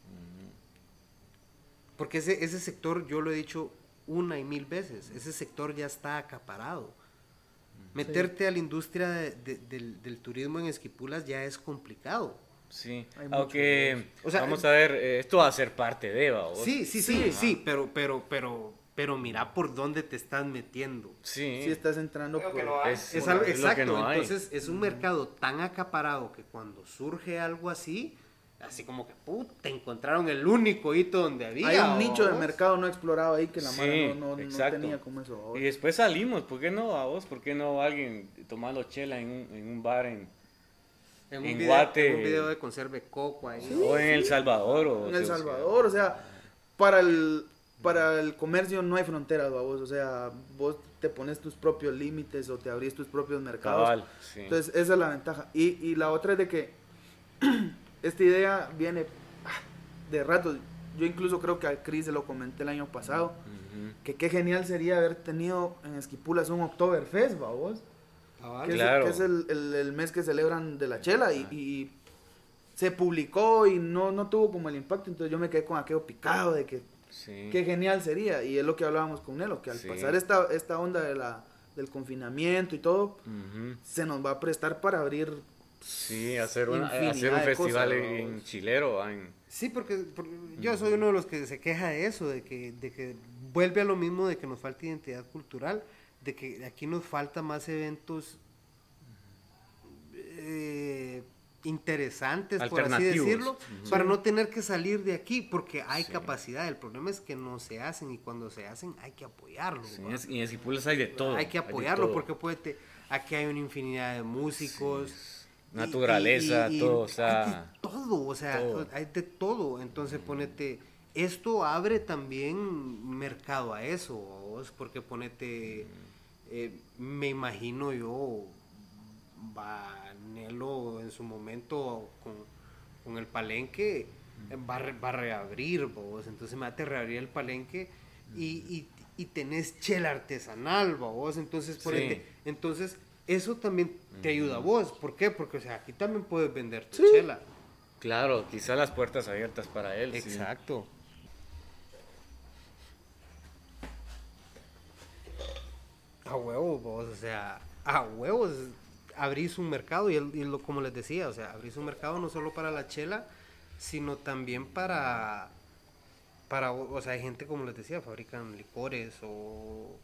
Porque ese sector, yo lo he dicho una y mil veces, ese sector ya está acaparado. Meterte a la industria del turismo en Esquipulas ya es complicado. Sí. Hay mucho Aunque, O sea, vamos a ver, esto va a ser parte de Eva. Sí, pero mira por dónde te estás metiendo. Sí. Sí estás entrando Creo por... que no hay. Es Bueno, algo, es lo que exacto, no hay. entonces es un mercado tan acaparado que cuando surge algo así, así como que, puta, encontraron el único hito donde había. Hay un nicho de ¿vos? mercado no explorado ahí que la Mara Sí, no exacto. tenía como eso. ¿vos? Y después salimos, ¿por qué no a vos? ¿Por qué no alguien tomando chela en un bar en Guate? En un video de conserve coco ahí. Sí. o en El Salvador? En El Salvador, o sea, para el comercio no hay fronteras, vos, o sea, vos te pones tus propios límites o te abrís tus propios mercados. Cabal, sí. Entonces, esa es la ventaja. Y la otra es de que esta idea viene de rato. Yo incluso creo que a Chris se lo comenté el año pasado, que qué genial sería haber tenido en Esquipulas un Oktoberfest, vos. Que Claro. es el mes que celebran de la chela y se publicó y no tuvo como el impacto, entonces yo me quedé con aquello picado de que Sí. qué genial sería, y es lo que hablábamos con Nelo, que al Sí. pasar esta onda del confinamiento y todo, Ujú. se nos va a prestar para abrir. Sí, hacer un Infinidad de festival cosas, en ¿no? Chilero. Sí, porque yo soy uno de los que se queja de eso, de que vuelve a lo mismo de que nos falta identidad cultural, de que aquí nos falta más eventos interesantes, por así Alternativos. decirlo, para no tener que salir de aquí, porque hay capacidad. El problema es que no se hacen, y cuando se hacen hay que apoyarlo. Sí, ¿va? y en Esquipulas hay de todo. Hay que hay de apoyarlo todo. porque aquí hay una infinidad de músicos. y- Naturaleza, todo, o sea, hay de todo, o sea, todo. hay de todo. Entonces ponete, esto abre también mercado a eso, ¿vos? Porque ponete, me imagino yo, Vanelo en su momento con el palenque, va a reabrir, vos. Entonces me va a reabrir el palenque y tenés chela artesanal, vos. Entonces, ponete, Sí. entonces eso también te ayuda a vos. ¿Por qué? Porque, o sea, aquí también puedes vender tu Sí. chela. Claro, quizá las puertas abiertas para él. sí. Exacto. A huevos, vos, o sea, a huevos abrís un mercado como les decía, o sea, abrís un mercado no solo para la chela, sino también para, o sea, hay gente, como les decía, fabrican licores o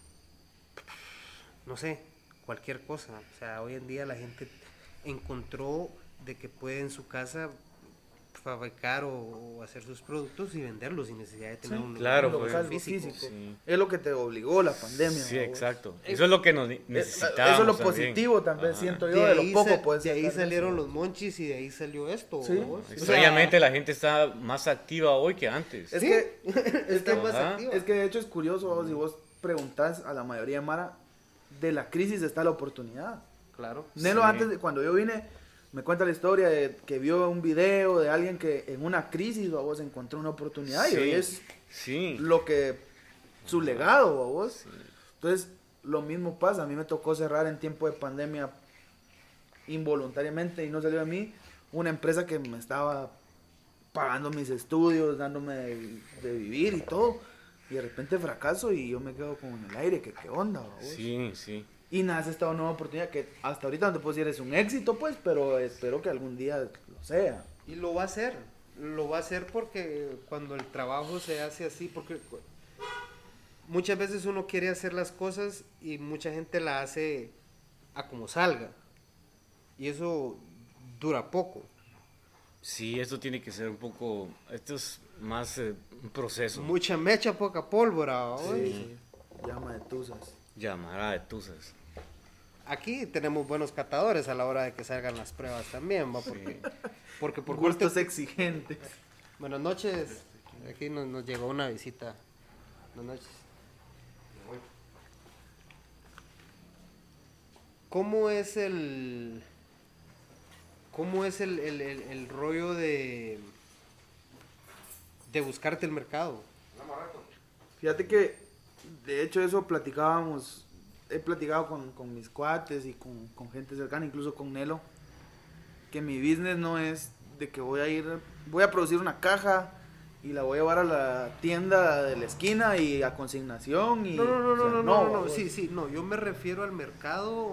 no sé, cualquier cosa. O sea, hoy en día la gente encontró de que puede en su casa fabricar o hacer sus productos y venderlos sin necesidad de tener Sí, un claro, lugar pues. algo físico. físico. Sí. Es lo que te obligó la pandemia. Sí, ¿va, vos? exacto. Eso es lo que nos necesitábamos. Eso es lo también. positivo también, Ajá. siento yo, de lo poco puedes de ahí sacar de salieron eso. los monchis y de ahí salió esto. Sí. ¿vos? O sea, Extrañamente la gente está más activa hoy que antes. Es Sí. que, está más Ajá. activa. es que de hecho es curioso, vos, si vos preguntás a la mayoría de Mara, de la crisis está la oportunidad. Claro. Nelo, Sí. antes de cuando yo vine, me cuenta la historia de que vio un video de alguien que en una crisis, vos, encontró una oportunidad y Sí. hoy es Sí. lo que su legado, vos. Entonces, lo mismo pasa, a mí me tocó cerrar en tiempo de pandemia involuntariamente y no salió de mí una empresa que me estaba pagando mis estudios, dándome de vivir y todo, y de repente fracaso y yo me quedo como en el aire, que qué onda, vos. Sí, sí. Y nace esta nueva oportunidad que hasta ahorita no te puedo decir es un éxito, pues, pero espero que algún día lo sea. Y lo va a hacer. Lo va a hacer porque cuando el trabajo se hace así, porque muchas veces uno quiere hacer las cosas y mucha gente la hace a como salga. Y eso dura poco. Sí, esto tiene que ser un poco. Esto es más un proceso. Mucha mecha, poca pólvora. ¿vos? Sí. Llama de tusas. Llamará de tusas. Aquí tenemos buenos catadores a la hora de que salgan las pruebas también, ¿va? Porque por Gustos corte- exigentes. Buenas noches. Aquí nos llegó una visita. Buenas noches. ¿Cómo es el rollo de buscarte el mercado? Fíjate que, de hecho, eso he platicado con mis cuates y con gente cercana, incluso con Nelo, que mi business no es de que voy a producir una caja y la voy a llevar a la tienda de la esquina y a consignación y... No, o sea, no, vos. sí, no, yo me refiero al mercado.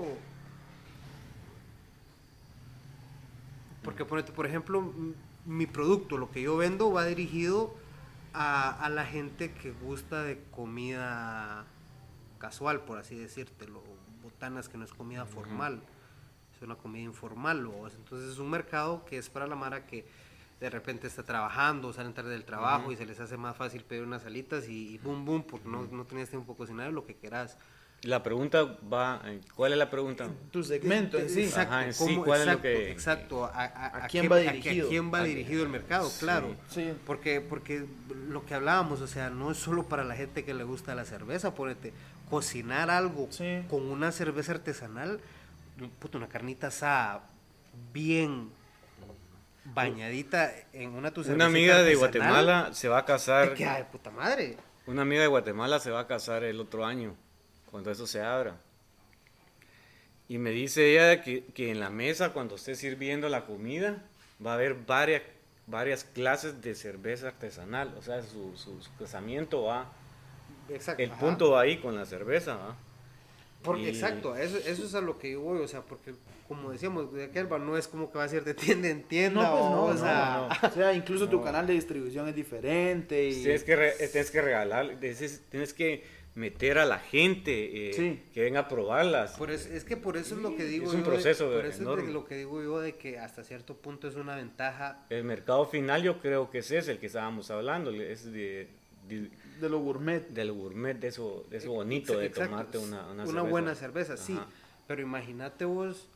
Porque, por ejemplo, mi producto, lo que yo vendo, va dirigido a la gente que gusta de comida casual, por así decírtelo, botanas que no es comida formal, es una comida informal, ¿vos? Entonces es un mercado que es para la mara que de repente está trabajando, salen tarde del trabajo y se les hace más fácil pedir unas alitas y boom, boom, porque no tenías tiempo para cocinar, lo que quieras. La pregunta va, ¿cuál es la pregunta? Tu segmento en sí. Exacto, Ajá, en sí, ¿cuál es lo que...? Exacto, ¿A quién va dirigido? ¿A quién va dirigido el mercado? Claro, Sí. porque lo que hablábamos, o sea, no es solo para la gente que le gusta la cerveza, ponete, cocinar algo Sí. con una cerveza artesanal, puta, una carnita asada bien bañadita en una tu cervecita Una amiga de artesanal, Guatemala se va a casar. te queda de puta madre. Una amiga de Guatemala se va a casar el otro año, cuando eso se abra. Y me dice ella que en la mesa, cuando esté sirviendo la comida, va a haber varias clases de cerveza artesanal. O sea, su casamiento va, Exacto, el ajá. punto va ahí con la cerveza, ¿va? Porque, Y- exacto, eso es a lo que yo voy, o sea, porque como decíamos, de aquel bar no es como que va a ser de tienda en tienda, No, pues no, o sea, O sea, incluso tu canal de distribución es diferente. Y... Tienes que regalar, tienes que meter a la gente Sí. que venga a probarlas. por eso es lo que digo Es un yo, proceso por eso enorme. es de lo que digo yo de que hasta cierto punto es una ventaja. El mercado final yo creo que ese es el que estábamos hablando, es de lo gourmet. del gourmet, de eso bonito, de Exacto, tomarte una una cerveza. buena cerveza, sí, Ajá. pero imagínate vos,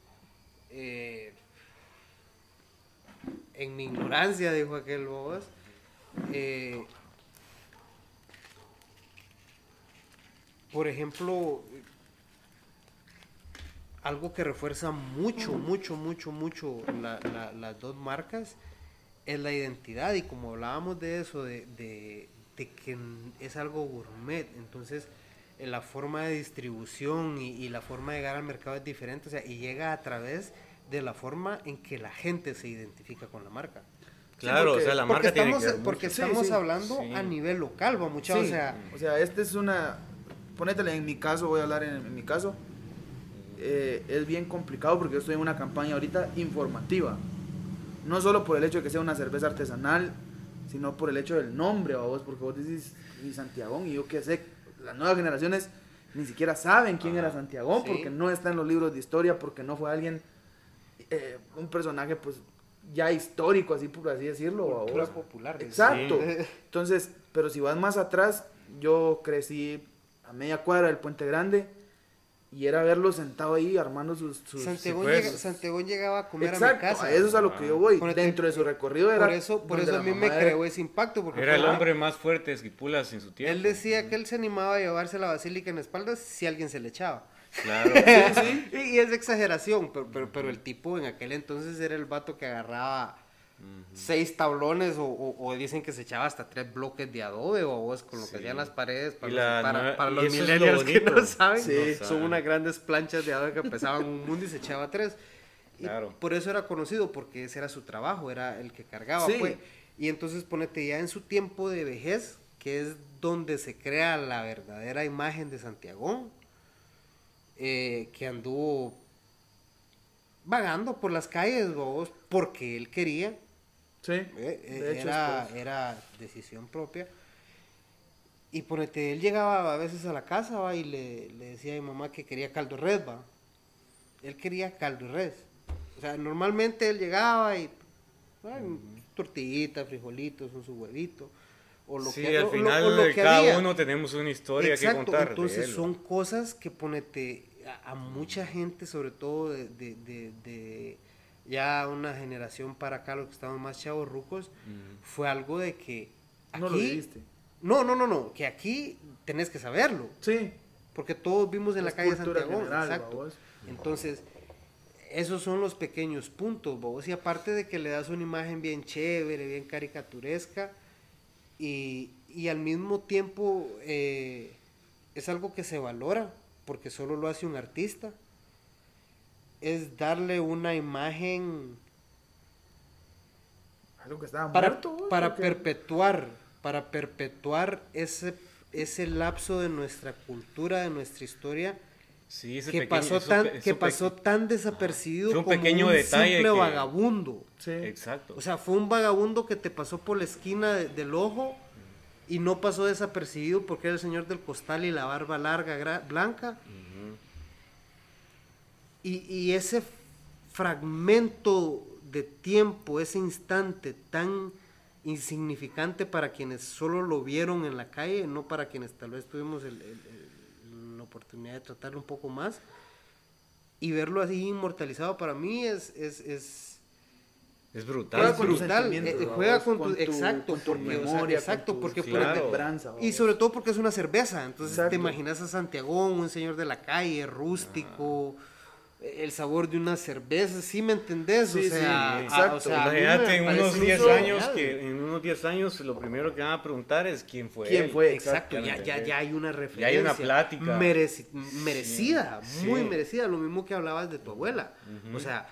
en mi ignorancia, dijo aquel vos, por ejemplo, algo que refuerza mucho las dos marcas es la identidad, y como hablábamos de eso, de que es algo gourmet, entonces la forma de distribución y la forma de llegar al mercado es diferente, o sea, y llega a través de la forma en que la gente se identifica con la marca. Claro, porque- o sea, la Porque marca tiene estamos, que ver porque mucho. Sí, estamos sí, hablando sí. a nivel local, va mucha, Sí, o sea, este es una... Ponétele en mi caso, voy a hablar en mi caso. Es bien complicado porque yo estoy en una campaña ahorita informativa. No solo por el hecho de que sea una cerveza artesanal, sino por el hecho del nombre, ¿va vos? Porque vos decís mi Santiagón y yo qué sé, las nuevas generaciones ni siquiera saben quién era Santiagón, sí. porque no está en los libros de historia, porque no fue alguien, un personaje pues ya histórico, así por así decirlo. ¿va cultura vos? popular. Exacto. Sí. Entonces, pero si vas más atrás, yo crecí a media cuadra del Puente Grande y era verlo sentado ahí armando sus Santiago, pues. Santiago llegaba a comer Exacto, a mi casa. a eso es a lo que yo voy. Ponete- Dentro de su recorrido era Por eso donde a la mí mamá me era- creó ese impacto. Porque Era el fue- hombre más fuerte de Esquipulas en su tiempo. Él decía que él se animaba a llevarse la basílica en la espalda si alguien se le echaba. Claro. Y es exageración, pero el tipo en aquel entonces era el vato que agarraba 6 tablones o dicen que se echaba hasta 3 bloques de adobe o vos con lo que Sí. hacían las paredes para, Y los, la para, nueva- para y los eso es lo millennials que bonito. no saben, Sí. son unas grandes planchas de adobe que pesaban un mundo y se echaba 3. Y Claro. por eso era conocido, porque ese era su trabajo, era el que cargaba. Sí. Pues. Y entonces ponete ya en su tiempo de vejez, que es donde se crea la verdadera imagen de Santiago, que anduvo vagando por las calles, vos, porque él quería, Sí, de hecho, pues, era decisión propia. Y ponete, él llegaba a veces a la casa, ¿va? Y le decía a mi mamá que quería caldo de res, va. Él quería caldo de res. O sea, normalmente él llegaba y tortillitas, frijolitos, un su huevito. O lo Sí, que, al lo- final o lo que cada había. uno tenemos una historia Exacto, que contar. de entonces él. son cosas que ponete a mucha gente, sobre todo de ya una generación para acá, los que estamos más chavos rucos, fue algo de que aquí... no lo viviste. No, que aquí tenés que saberlo, Sí, porque todos vimos en la Es calle cultura Santiago, general, exacto. babos. Entonces, esos son los pequeños puntos, babos, y aparte de que le das una imagen bien chévere, bien caricaturesca, y al mismo tiempo es algo que se valora, porque solo lo hace un artista, es darle una imagen algo que estaba para, muerto. güey, para porque- perpetuar ese lapso de nuestra cultura, de nuestra historia, Sí, ese que pequeño- pasó eso tan pe- que eso pasó tan desapercibido fue un como pequeño un detalle simple que- vagabundo. Sí. Exacto. O sea, fue un vagabundo que te pasó por la esquina del ojo y no pasó desapercibido porque era el señor del costal y la barba larga, blanca. Y ese fragmento de tiempo, ese instante tan insignificante para quienes solo lo vieron en la calle, no para quienes tal vez tuvimos la oportunidad de tratarlo un poco más, y verlo así inmortalizado para mí es brutal. Juega con tus brutal. sentimientos, Juega vos, con tu, exacto, con tu porque, o sea, memoria, exacto, con porque tus por ejemplo, remembranzas, y vos. sobre todo porque es una cerveza, entonces Exacto. te imaginas a Santiagón, un señor de la calle, rústico, el sabor de una cerveza, ¿sí me entendés? Sí, o sea, sí, exacto. o sea, a mí me Imagínate en parece unos 10 increíble. años, en unos 10 años lo primero que van a preguntar es quién fue ¿Quién él. fue? Exacto, Exacto. ya hay una referencia. Ya hay una plática. Merecida, Sí, muy sí. merecida, lo mismo que hablabas de tu abuela. O sea,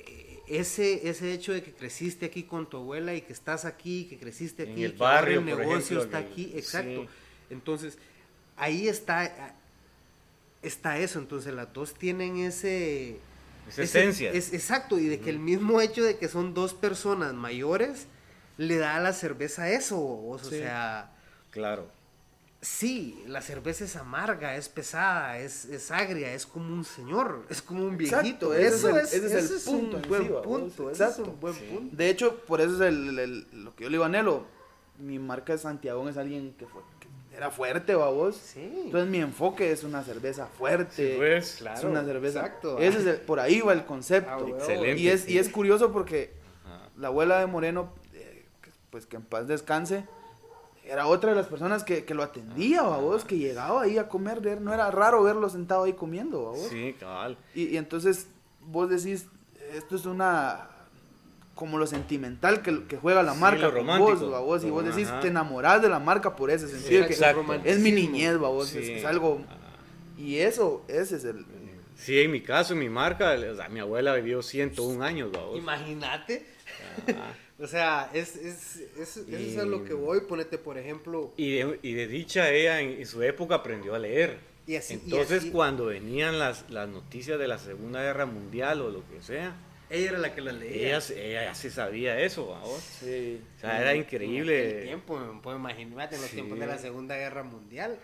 ese hecho de que creciste aquí con tu abuela y que estás aquí, que creciste En aquí, el que ahora barrio, el por negocio ejemplo, está que- aquí, exacto. sí. Entonces, ahí está eso, entonces las dos tienen Esa ese- esencia. exacto, y de que el mismo hecho de que son dos personas mayores le da a la cerveza eso, o Sí. sea, Claro. sí, la cerveza es amarga, es pesada, es agria, es como un señor, es como un Exacto, viejito. ese es el ese es punto un en buen sí, vamos, punto, ese es exacto. un buen punto. De hecho, por eso es lo que yo le digo a Nelo. Mi marca de Santiago es alguien que era fuerte, babos. Sí. Entonces mi enfoque es una cerveza fuerte. Sí, pues, claro, es una cerveza. exacto. Ese es por ahí va el concepto. Ah, huevo. Excelente. Y es curioso porque Ajá. la abuela de Moreno, pues que en paz descanse, era otra de las personas que lo atendía, babos, que llegaba ahí a comer. No era raro verlo sentado ahí comiendo, babos. Sí, cabal. Y entonces vos decís, esto es una como lo sentimental que juega la Sí, marca lo con romántico. vos, babos, y vos decís, Ajá. te enamorás de la marca por ese sentido, Sí, que exacto. es mi niñez, babos, Sí. es algo, y ese es el, Sí, en mi caso, en mi marca, o sea, mi abuela vivió 101 años, vamos. Imagínate. Ajá. O sea, eso es a lo que voy. Ponete, por ejemplo. Y de dicha ella en su época aprendió a leer. Y así, Entonces cuando venían las noticias de la Segunda Guerra Mundial o lo que sea, ella era la que la leía. ella ya se sabía eso, vamos. sí, O sea, era En increíble. aquel tiempo, me puedo imaginar, en los Sí. tiempos de la Segunda Guerra Mundial.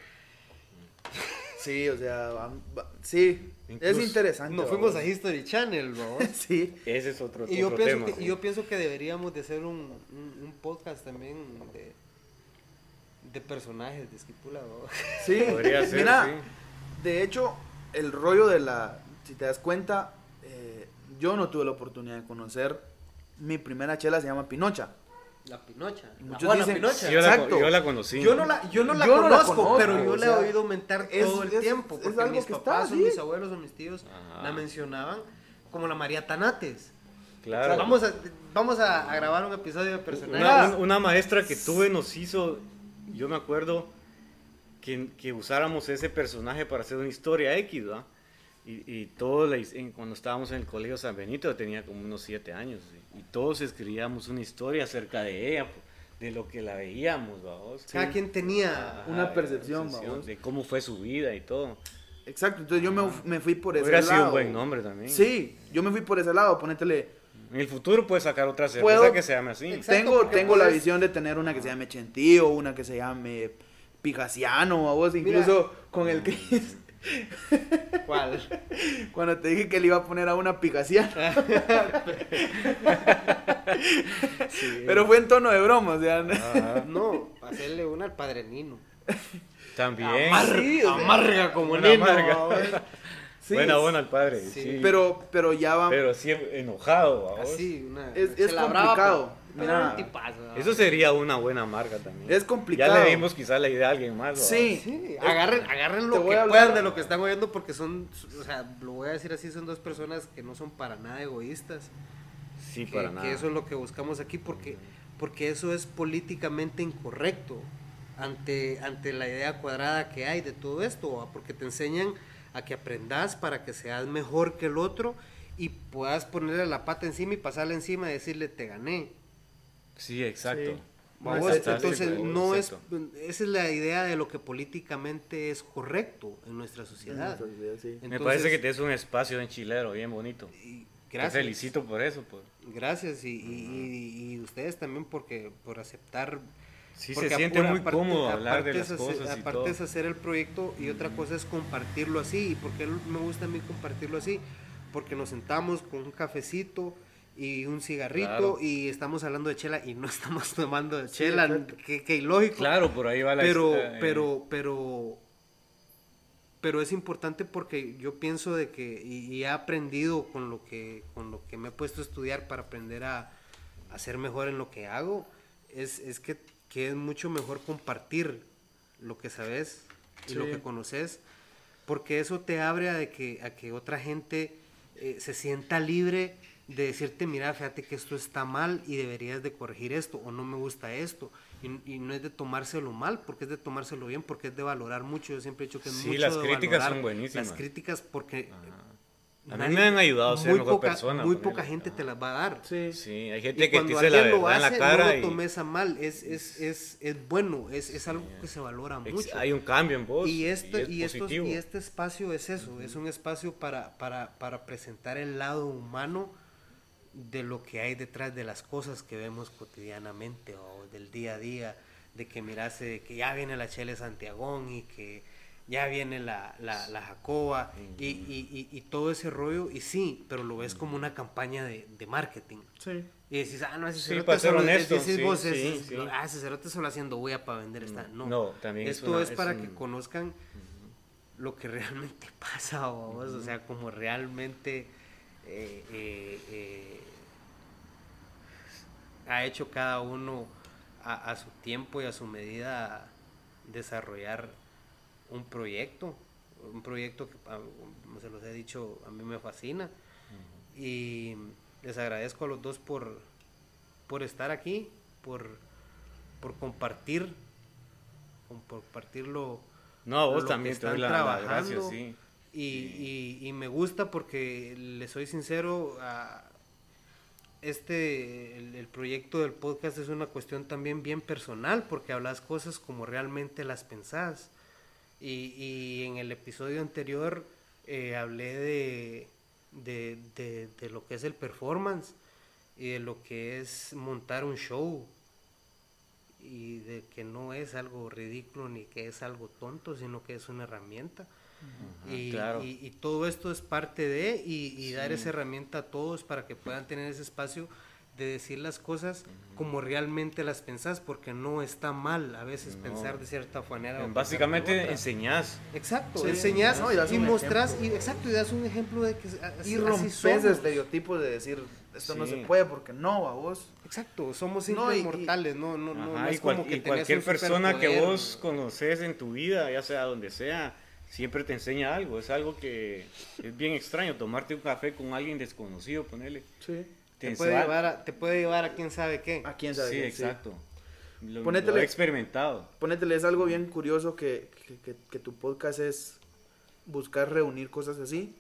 sí, o sea, sí, Incluso es interesante. Nos fuimos a babos. History Channel, ¿no? Sí, Ese es otro, Y yo otro pienso, tema. que, sí. yo pienso que deberíamos de hacer un podcast también de personajes de Esquipula, ¿no? sí, Podría ser, mira, sí. de hecho, el rollo si te das cuenta, yo no tuve la oportunidad de conocer, mi primera chela se llama Pinocha. La Pinocha. Y La muchos Juana dicen- Pinocha. Sí, yo exacto. yo la conocí. Yo no la Yo no la conozco, conozco, pero yo o la he sea, oído mentar todo el tiempo. es Porque algo mis que papás está o así. mis abuelos o mis tíos Ajá. la mencionaban como la María Tanates. Claro. Vamos a grabar un episodio de personajes. Una maestra que tuve nos hizo, yo me acuerdo que usáramos ese personaje para hacer una historia X, ¿va? Y todos cuando estábamos en el colegio San Benito, yo tenía como unos 7 años, y todos escribíamos una historia acerca de ella, de lo que la veíamos, ¿vamos? Cada quien tenía... Una percepción, vamos. de cómo fue su vida y todo. Exacto, entonces yo me fui por ese Hubiera lado. sido un buen nombre también. Sí, yo me fui por ese lado, ponétele. En el futuro puedes sacar otra cerveza Puedo- que se llame así. Exacto, porque Tengo la puedes- visión de tener una que se llame Chentío, una que se llame Pijaciano, a vos, incluso con el que ¿Cuál? cuando te dije que le iba a poner a una Pijaciano. Pero fue en tono de broma, o sea. Ajá. No, hacerle una al Padre Nino. También. Sí, o sea, Amarga como una Nino. amarga. ¿va? sí, Buena al padre. Sí. Sí. pero ya va. Pero sí enojado, ¿vamos? Así, una... Es se labraba, complicado. pero Mira, era un tipazo, ¿va? Eso sería una buena marca también. Es complicado. Ya le dimos quizás la idea a alguien más. ¿va? Sí. Sí, agarren Te lo voy que a hablar- puedan de lo que están oyendo porque son, o sea, lo voy a decir así, son dos personas que no son para nada egoístas. Sí, que, para que nada. eso es lo que buscamos aquí porque eso es políticamente incorrecto ante la idea cuadrada que hay de todo esto, ¿va? Porque te enseñan a que aprendas para que seas mejor que el otro y puedas ponerle la pata encima y pasarle encima y decirle te gané. Sí, exacto. Sí. ¿Va vos? Fantástico, Entonces no es, exacto. esa es la idea de lo que políticamente es correcto en nuestra sociedad. Sí. Me parece que tienes un espacio en Chilero bien bonito. y Te gracias. felicito por eso. Pues. Gracias y ustedes también por aceptar. Sí, porque se siente muy aparte- cómodo hablar de aparte las es hacer- cosas y aparte todo. es hacer el proyecto y otra cosa es compartirlo así. ¿Y por qué me gusta a mí compartirlo así? Porque nos sentamos con un cafecito y un cigarrito, Claro. y estamos hablando de chela y no estamos tomando chela, exacto. que ilógico. Claro, por ahí va la... Pero es importante porque yo pienso de que, y he aprendido con lo que me he puesto a estudiar para aprender a ser mejor en lo que hago, es que es mucho mejor compartir lo que sabes y lo Sí. que conoces, porque eso te abre a que otra gente se sienta libre de decirte, mira, fíjate que esto está mal y deberías de corregir esto, o no me gusta esto, y no es de tomárselo mal, porque es de tomárselo bien, porque es de valorar mucho. Yo siempre he dicho que es Sí, mucho las de críticas valorar son buenísimas. las críticas, porque A mí me han ayudado a ser mejor persona. muy ponele. poca gente te las va a dar. Sí. Sí, hay Y gente que te cuando dice la alguien lo verdad en la hace, cara no lo y tomes a mal, es bueno, es algo que se valora mucho. hay un cambio en vos Y es positivo. este espacio es eso, es un espacio para presentar el lado humano de lo que hay detrás de las cosas que vemos cotidianamente o del día a día, de que mirase que ya viene la Chele Santiagón y que ya viene la Jacoba y todo ese rollo, y sí, pero lo ves como una campaña de marketing. Sí. Y decís, no, ese Sí, cerote para ser solo, honesto, decís sí, vos, sí, sí. ese cerote solo haciendo bulla para vender esta. No, No, también esto es para un- que conozcan lo que realmente pasa, vos, o sea, como realmente ha hecho cada uno a su tiempo y a su medida desarrollar un proyecto que, como se los he dicho, a mí me fascina. Y les agradezco a los dos por estar aquí, por compartirlo. No, vos lo también que te doy están la gracia, trabajando. sí. Y me gusta porque, les soy sincero, el proyecto del podcast es una cuestión también bien personal, porque hablas cosas como realmente las pensás. Y en el episodio anterior hablé de lo que es el performance y de lo que es montar un show, y de que no es algo ridículo ni que es algo tonto, sino que es una herramienta. Y, claro. y todo esto es parte de, y dar esa herramienta a todos para que puedan tener ese espacio de decir las cosas como realmente las pensás, porque no está mal a veces pensar de cierta manera. o pensar de Básicamente otra. enseñás. Exacto, Sí, enseñás no, y das y un mostrás, ejemplo. y das un ejemplo de que así Y rompes somos. estereotipos de decir, esto no Sí. se puede porque no, a vos. Exacto, somos No, simples y- mortales, no Ajá, es y, como que y tenés cualquier un persona que superpoder. vos conoces en tu vida, ya sea donde sea, siempre te enseña algo. Es algo que es bien extraño, tomarte un café con alguien desconocido, ponerle. Sí. te puede llevar a quién sabe qué. ¿A quién sabe? Sí, qué? exacto. Lo Ponétele- he experimentado. Ponétele, es algo bien curioso que tu podcast es buscar reunir cosas así.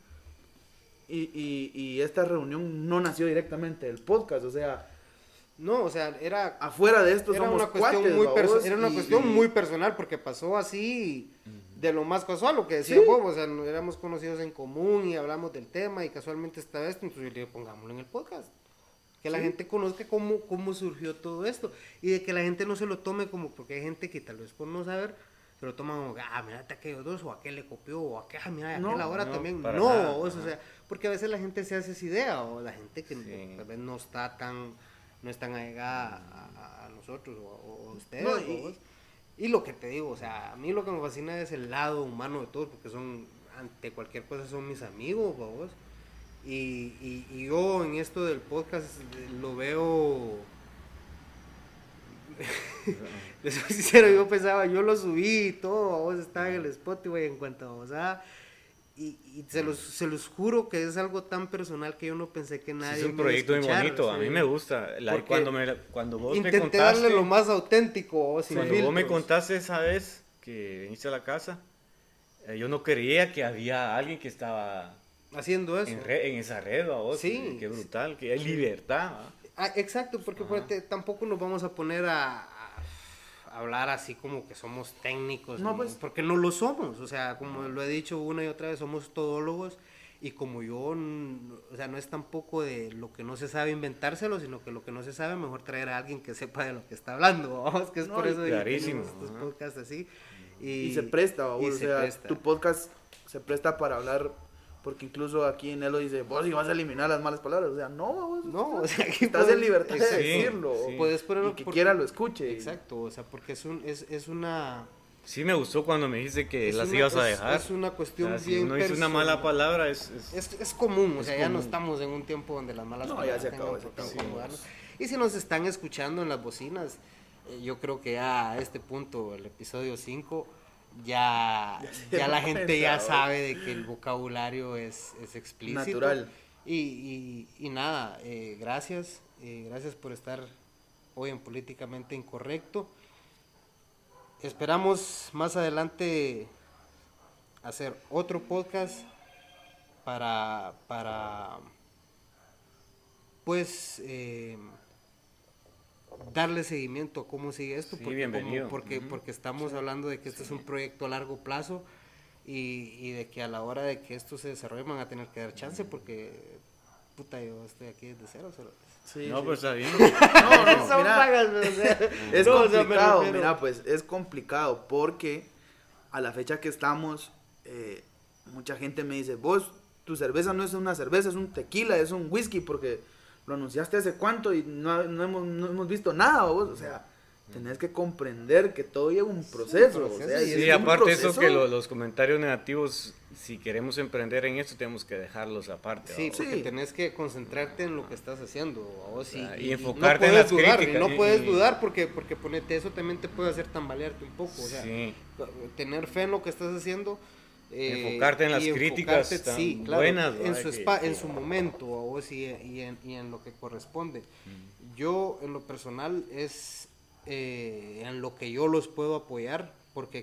Y esta reunión no nació directamente del podcast, o sea, No, o sea, era afuera de esto era somos una cuestión cuates, muy babos, era una y- cuestión y- muy personal, porque pasó así de lo más casual, lo que decía Sí. Bob, o sea, éramos conocidos en común y hablamos del tema y casualmente estaba esto, entonces yo le digo, pongámoslo en el podcast. Que la gente conozca cómo surgió todo esto, y de que la gente no se lo tome como, porque hay gente que tal vez por no saber se lo toma como, mirate aquellos dos, o aquel le copió, o aquel, mira, No, aquel ahora no, también. para No, nada, o sea, porque a veces la gente se hace esa idea, o la gente que Sí. tal vez no es tan allegada a nosotros o a ustedes. No, o vos. Y lo que te digo, o sea, a mí lo que me fascina es el lado humano de todos, porque son, ante cualquier cosa, son mis amigos, vos. Y yo en esto del podcast lo veo, les soy sincero, yo pensaba, yo lo subí y todo, vos estaba en el Spotify en cuanto a vos, y se los juro que es algo tan personal que yo no pensé que Sí, nadie es un me iba a proyecto muy escuchar, bonito, a sí. mí me gusta. Porque Cuando vos me Intenté contaste, darle lo más auténtico, vos, sin cuando vos me filtros. contaste esa vez que viniste a la casa, yo no creía que había alguien que estaba Haciendo eso. en esa red, vos. Sí. Qué brutal, que hay libertad. ¿Va? Exacto, porque tampoco nos vamos a poner a hablar así como que somos técnicos, No, pues. porque no lo somos, o sea, como lo he dicho una y otra vez, somos todólogos, y como yo, o sea, no es tampoco de lo que no se sabe inventárselo, sino que lo que no se sabe, mejor traer a alguien que sepa de lo que está hablando, vamos, que es No, por y eso de que clarísimo, tenemos estos ajá. podcasts así. Y se presta, babos, y o se sea, presta. tu podcast se presta para hablar Porque incluso aquí Nelo dice, vos ibas a eliminar las malas palabras. O sea, no, vos No, o sea, aquí estás en libertad de exacto, decirlo. sí. puedes ponerlo Y que porque- quiera lo escuche. Exacto, o sea, porque es una... Sí me gustó cuando me dijiste que es las una- ibas a es- dejar. Es una cuestión O sea, si bien uno dice una personal. mala palabra Es común, o Es sea, ya no común. estamos en un tiempo donde las malas No, palabras ya se acabó, tengan se por qué acabó. incomodarnos. Y si nos están escuchando en las bocinas, yo creo que ya a este punto, el episodio 5, ya se la da gente cuenta, ya ¿no? sabe de que el vocabulario es explícito. Natural. Y nada, gracias por estar hoy en Políticamente Incorrecto. Esperamos más adelante hacer otro podcast para pues darle seguimiento a cómo sigue esto, Sí, porque, bienvenido. porque estamos hablando de que este es un proyecto a largo plazo y de que a la hora de que esto se desarrolle van a tener que dar chance porque puta, yo estoy aquí desde cero. Sí, No, sí. pues está bien. No, Son mira, pagas, o sea, es no, o sea, me complicado, refiero- mira, pues es complicado porque a la fecha que estamos, mucha gente me dice, vos, tu cerveza no es una cerveza, es un tequila, es un whisky, porque lo anunciaste hace cuánto y no hemos visto nada, vos, o sea, tenés que comprender que todo lleva un proceso, o sea, y Sí, es un aparte eso proceso. que los comentarios negativos, si queremos emprender en esto, tenemos que dejarlos aparte. Sí, ¿va? porque Sí. tenés que concentrarte en lo que estás haciendo, vos, Y enfocarte en puedes las dudar, críticas, y no puedes y- dudar porque ponete, eso también te puede hacer tambalearte un poco, o sea, Sí. tener fe en lo que estás haciendo. Enfocarte en las y críticas enfocarte, tan buenas, en ¿va? su, en su momento, a vos, y en lo que corresponde. Yo, en lo personal, es en lo que yo los puedo apoyar, porque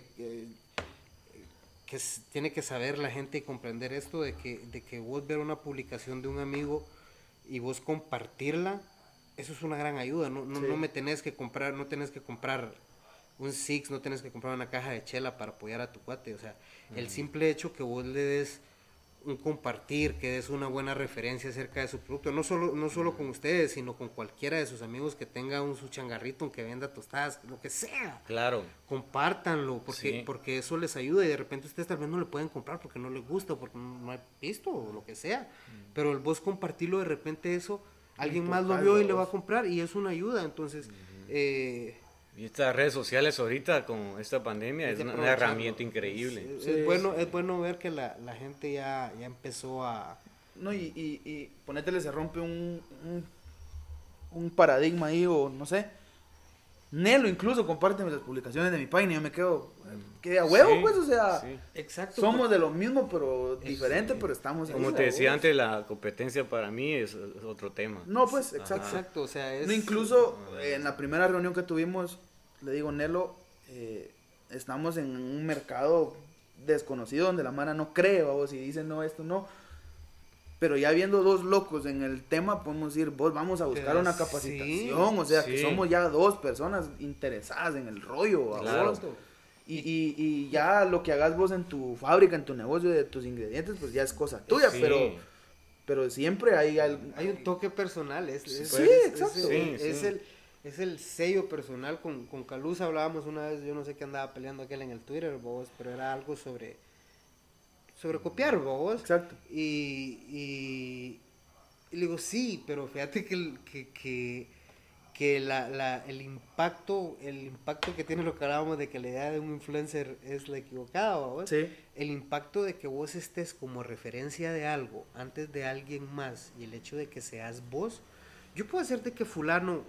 tiene que saber la gente y comprender esto de que vos ver una publicación de un amigo y vos compartirla, eso es una gran ayuda. No Sí. me tenés que comprar, no tenés que comprar un Six, no tenés que comprar una caja de chela para apoyar a tu cuate. O sea, el simple hecho que vos le des un compartir, que des una buena referencia acerca de su producto, no solo con ustedes, sino con cualquiera de sus amigos que tenga su changarrito, que venda tostadas, lo que sea. Claro. Compártanlo, Sí. porque eso les ayuda y de repente ustedes tal vez no le pueden comprar porque no les gusta, porque no hay visto o lo que sea. Pero el vos compartirlo, de repente eso, alguien más lo Empujarlo, vio y le va a vos. comprar y es una ayuda. Entonces, Y estas redes sociales ahorita con esta pandemia hay es que una aprovecharlo. herramienta increíble. Es Sí, bueno ver que la gente ya empezó a... No, y ponete, se rompe un paradigma ahí, o no sé. Nelo incluso comparte las publicaciones de mi página y yo me quedo, que a huevo, Sí, pues, o sea, sí. Exacto. somos de lo mismo, pero diferente, pero estamos Como ahí, te decía ¿sabes? antes, la competencia para mí es otro tema. No, pues, exacto. Exacto, o sea, es... No, incluso en la primera reunión que tuvimos, le digo, Nelo, estamos en un mercado desconocido donde la mara no cree, vamos, y dice no, esto no. Pero ya viendo dos locos en el tema, podemos decir, vos vamos a buscar una Sí, capacitación, o sea, que sí. somos ya dos personas interesadas en el rollo, ¿va Claro. vos? Y ya lo que hagas vos en tu fábrica, en tu negocio, de tus ingredientes, pues ya es cosa tuya, Sí. pero siempre hay Hay un toque personal, exacto. Es el sello personal. Con Calusa hablábamos una vez, yo no sé qué andaba peleando aquel en el Twitter, vos, pero era algo sobre copiar, vos. Exacto. Y le digo, sí, pero fíjate que el impacto que tiene lo que hablábamos de que la idea de un influencer es la equivocada, vos. Sí. El impacto de que vos estés como referencia de algo antes de alguien más y el hecho de que seas vos, yo puedo hacerte que fulano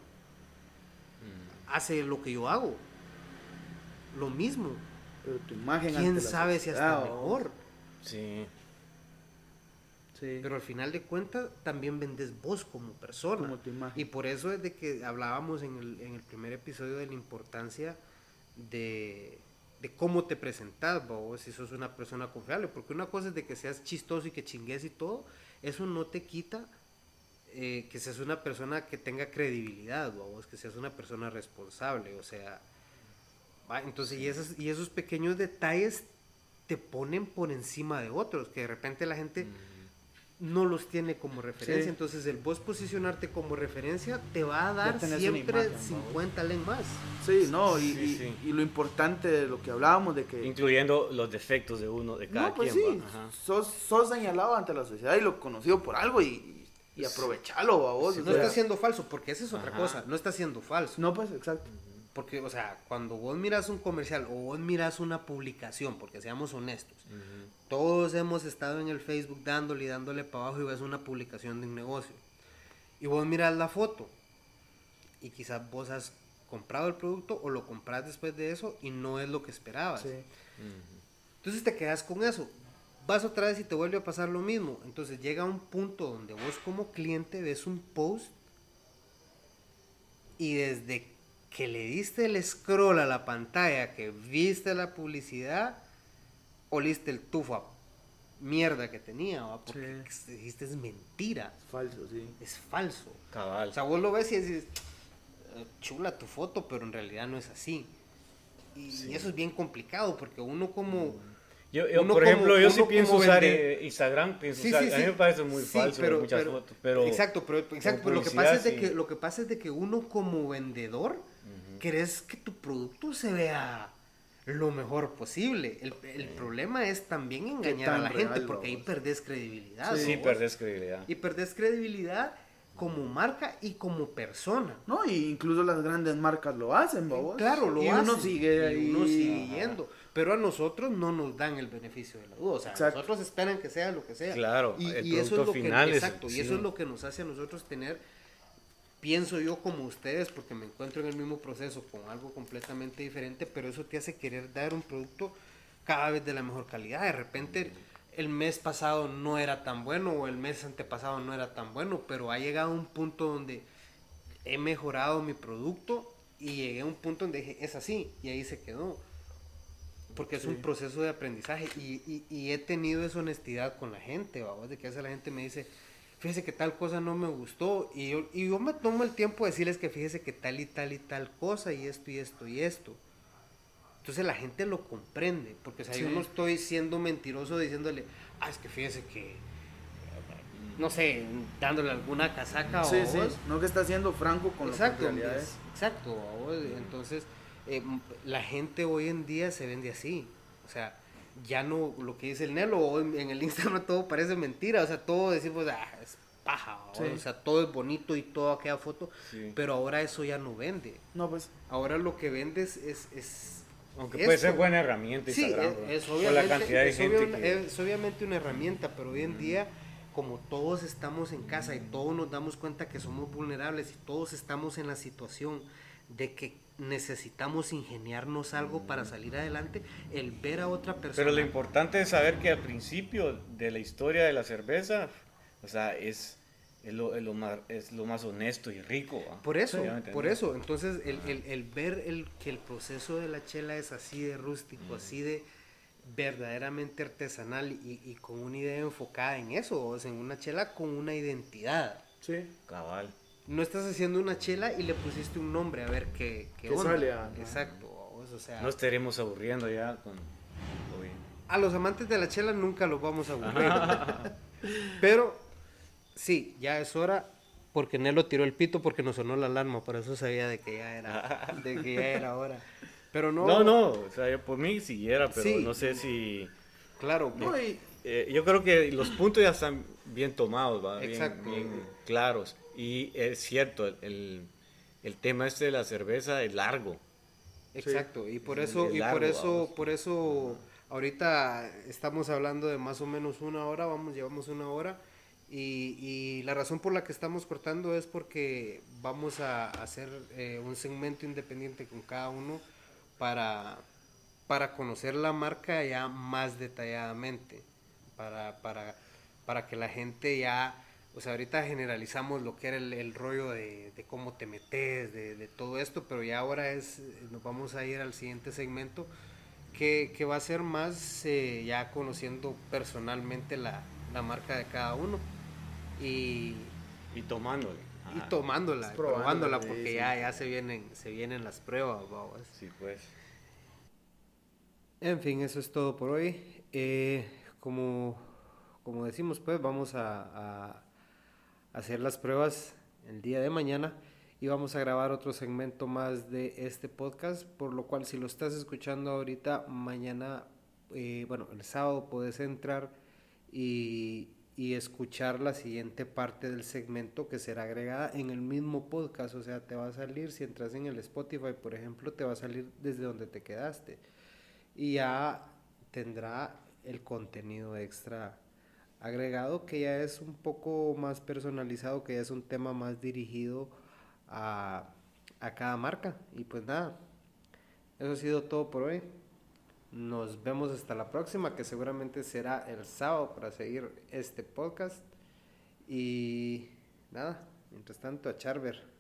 hace lo que yo hago, lo mismo, Pero tu imagen quién ante la sabe si sociedad, hasta ¿va? mejor, Sí. Sí. pero al final de cuentas también vendes vos como persona. Como tu imagen. Y por eso es de que hablábamos en el primer episodio de la importancia de cómo te presentas, vos, si sos una persona confiable, porque una cosa es de que seas chistoso y que chingues y todo, eso no te quita que seas una persona que tenga credibilidad, vos, que seas una persona responsable, o sea, ¿va? Entonces, y esos pequeños detalles te ponen por encima de otros, que de repente la gente no los tiene como referencia. Sí. Entonces el vos posicionarte como referencia te va a dar tenés una siempre imagen, ¿no? 50 len más. Sí, no, Sí. y lo importante de lo que hablábamos de que... Incluyendo los defectos de uno, de cada No, pues quien. sí, ¿va? Ajá. sos señalado ante la sociedad y lo conocido por algo y aprovechalo a vos. No o sea, está siendo falso, porque esa es otra Ajá. cosa, no está siendo falso. No, pues, exacto. Porque, o sea, cuando vos miras un comercial o vos miras una publicación, porque seamos honestos, todos hemos estado en el Facebook dándole y dándole para abajo y ves una publicación de un negocio. Y vos miras la foto y quizás vos has comprado el producto o lo compras después de eso y no es lo que esperabas. Sí. Entonces te quedas con eso. Vas otra vez y te vuelve a pasar lo mismo. Entonces llega un punto donde vos como cliente ves un post y desde que le diste el scroll a la pantalla, que viste la publicidad, oliste el tufo a mierda que tenía, ¿va? Porque dijiste es mentira, Falso, sí. es falso. Cabal. O sea, vos lo ves y dices, chula tu foto, pero en realidad no es así. Y eso es bien complicado porque uno como... Yo, uno por como- ejemplo, yo sí uno pienso como usar vender- Instagram, pienso Sí, usar, sí, a mí sí. me parece muy Sí, falso ver muchas fotos, pero exacto, pero lo que pasa es de publicidad, que lo que pasa es de que uno como vendedor querés que tu producto se vea lo mejor posible. El problema es también engañar a tan la real, gente porque ahí vamos. perdés credibilidad. sí, ¿no? perdés credibilidad. Y perdés credibilidad como marca y como persona. No, y incluso las grandes marcas lo hacen, babos. Claro, lo y hacen. uno sigue ahí. Y uno sigue yendo. Pero a nosotros no nos dan el beneficio de la duda. O sea, Exacto. nosotros esperan que sea lo que sea. Claro, y, el y eso es producto lo que, final es- exacto, y eso sí. es lo que nos hace a nosotros tener, pienso yo como ustedes, porque me encuentro en el mismo proceso con algo completamente diferente, pero eso te hace querer dar un producto cada vez de la mejor calidad. De repente el mes pasado no era tan bueno o el mes antepasado no era tan bueno, pero ha llegado un punto donde he mejorado mi producto y llegué a un punto donde dije, es así, y ahí se quedó. Porque es un proceso de aprendizaje y he tenido esa honestidad con la gente, ¿vamos? De que a veces la gente me dice, fíjese que tal cosa no me gustó, y yo me tomo el tiempo de decirles que fíjese que tal y tal y tal cosa, y esto y esto y esto. Entonces la gente lo comprende, porque o sea, yo Sí. no estoy siendo mentiroso diciéndole, es que fíjese que, no sé, dándole alguna casaca Sí, o sí. No que está siendo franco con exacto, lo que en realidad es. exacto. ¿Vos? Entonces, la gente hoy en día se vende así. O sea, ya no lo que dice el Nelo, hoy en el Instagram todo parece mentira. O sea, todo decimos, es paja. ¿vos? Sí. O sea, todo es bonito y todo queda foto. Sí. Pero ahora eso ya no vende. No, pues. Ahora lo que vendes es Aunque esto. puede ser buena herramienta Sí, Instagram, ¿no? es Por obviamente, la cantidad de es gente obvia- que... es obviamente una herramienta, pero hoy en día, como todos estamos en casa y todos nos damos cuenta que somos vulnerables y todos estamos en la situación de que necesitamos ingeniarnos algo para salir adelante, el ver a otra persona... Pero lo importante es saber que al principio de la historia de la cerveza, o sea, es lo más honesto y rico. ¿va? Por eso, Sí, ya me entendí. por eso. Entonces, el ver que el proceso de la chela es así de rústico, así de verdaderamente artesanal y con una idea enfocada en eso, o sea, en una chela con una identidad. Sí. Cabal. No estás haciendo una chela y le pusiste un nombre a ver qué ¿Qué onda. sale? Exacto. O sea, No estaremos aburriendo ya con lo bien. a los amantes de la chela nunca los vamos a aburrir. Pero sí, ya es hora porque Nelo tiró el pito porque nos sonó la alarma, por eso sabía de que ya era hora. Pero no. No, o sea, yo por mí siguiera, pero Sí. no sé si... Claro. No, y yo creo que los puntos ya están bien tomados, ¿va? Exacto. Bien claros. Y es cierto, el tema este de la cerveza es largo. Exacto, y por Es eso, largo, por eso ahorita estamos hablando de más o menos una hora, llevamos una hora, y la razón por la que estamos cortando es porque vamos a hacer un segmento independiente con cada uno para conocer la marca ya más detalladamente, para que la gente ya... O sea, ahorita generalizamos lo que era el rollo de cómo te metes, de todo esto, pero ya ahora nos vamos a ir al siguiente segmento que va a ser más ya conociendo personalmente la marca de cada uno y tomándole. tomándola, Probándola, probándola, sí, porque sí. ya se vienen las pruebas, vamos. Sí, pues. En fin, eso es todo por hoy. Como como decimos, pues vamos a hacer las pruebas el día de mañana y vamos a grabar otro segmento más de este podcast, por lo cual si lo estás escuchando ahorita, mañana, el sábado puedes entrar y escuchar la siguiente parte del segmento que será agregada en el mismo podcast. O sea, te va a salir, si entras en el Spotify, por ejemplo, te va a salir desde donde te quedaste y ya tendrá el contenido extra agregado, que ya es un poco más personalizado, que ya es un tema más dirigido a cada marca. Y pues nada, eso ha sido todo por hoy. Nos vemos hasta la próxima, que seguramente será el sábado, para seguir este podcast. Y nada, mientras tanto, a Charver.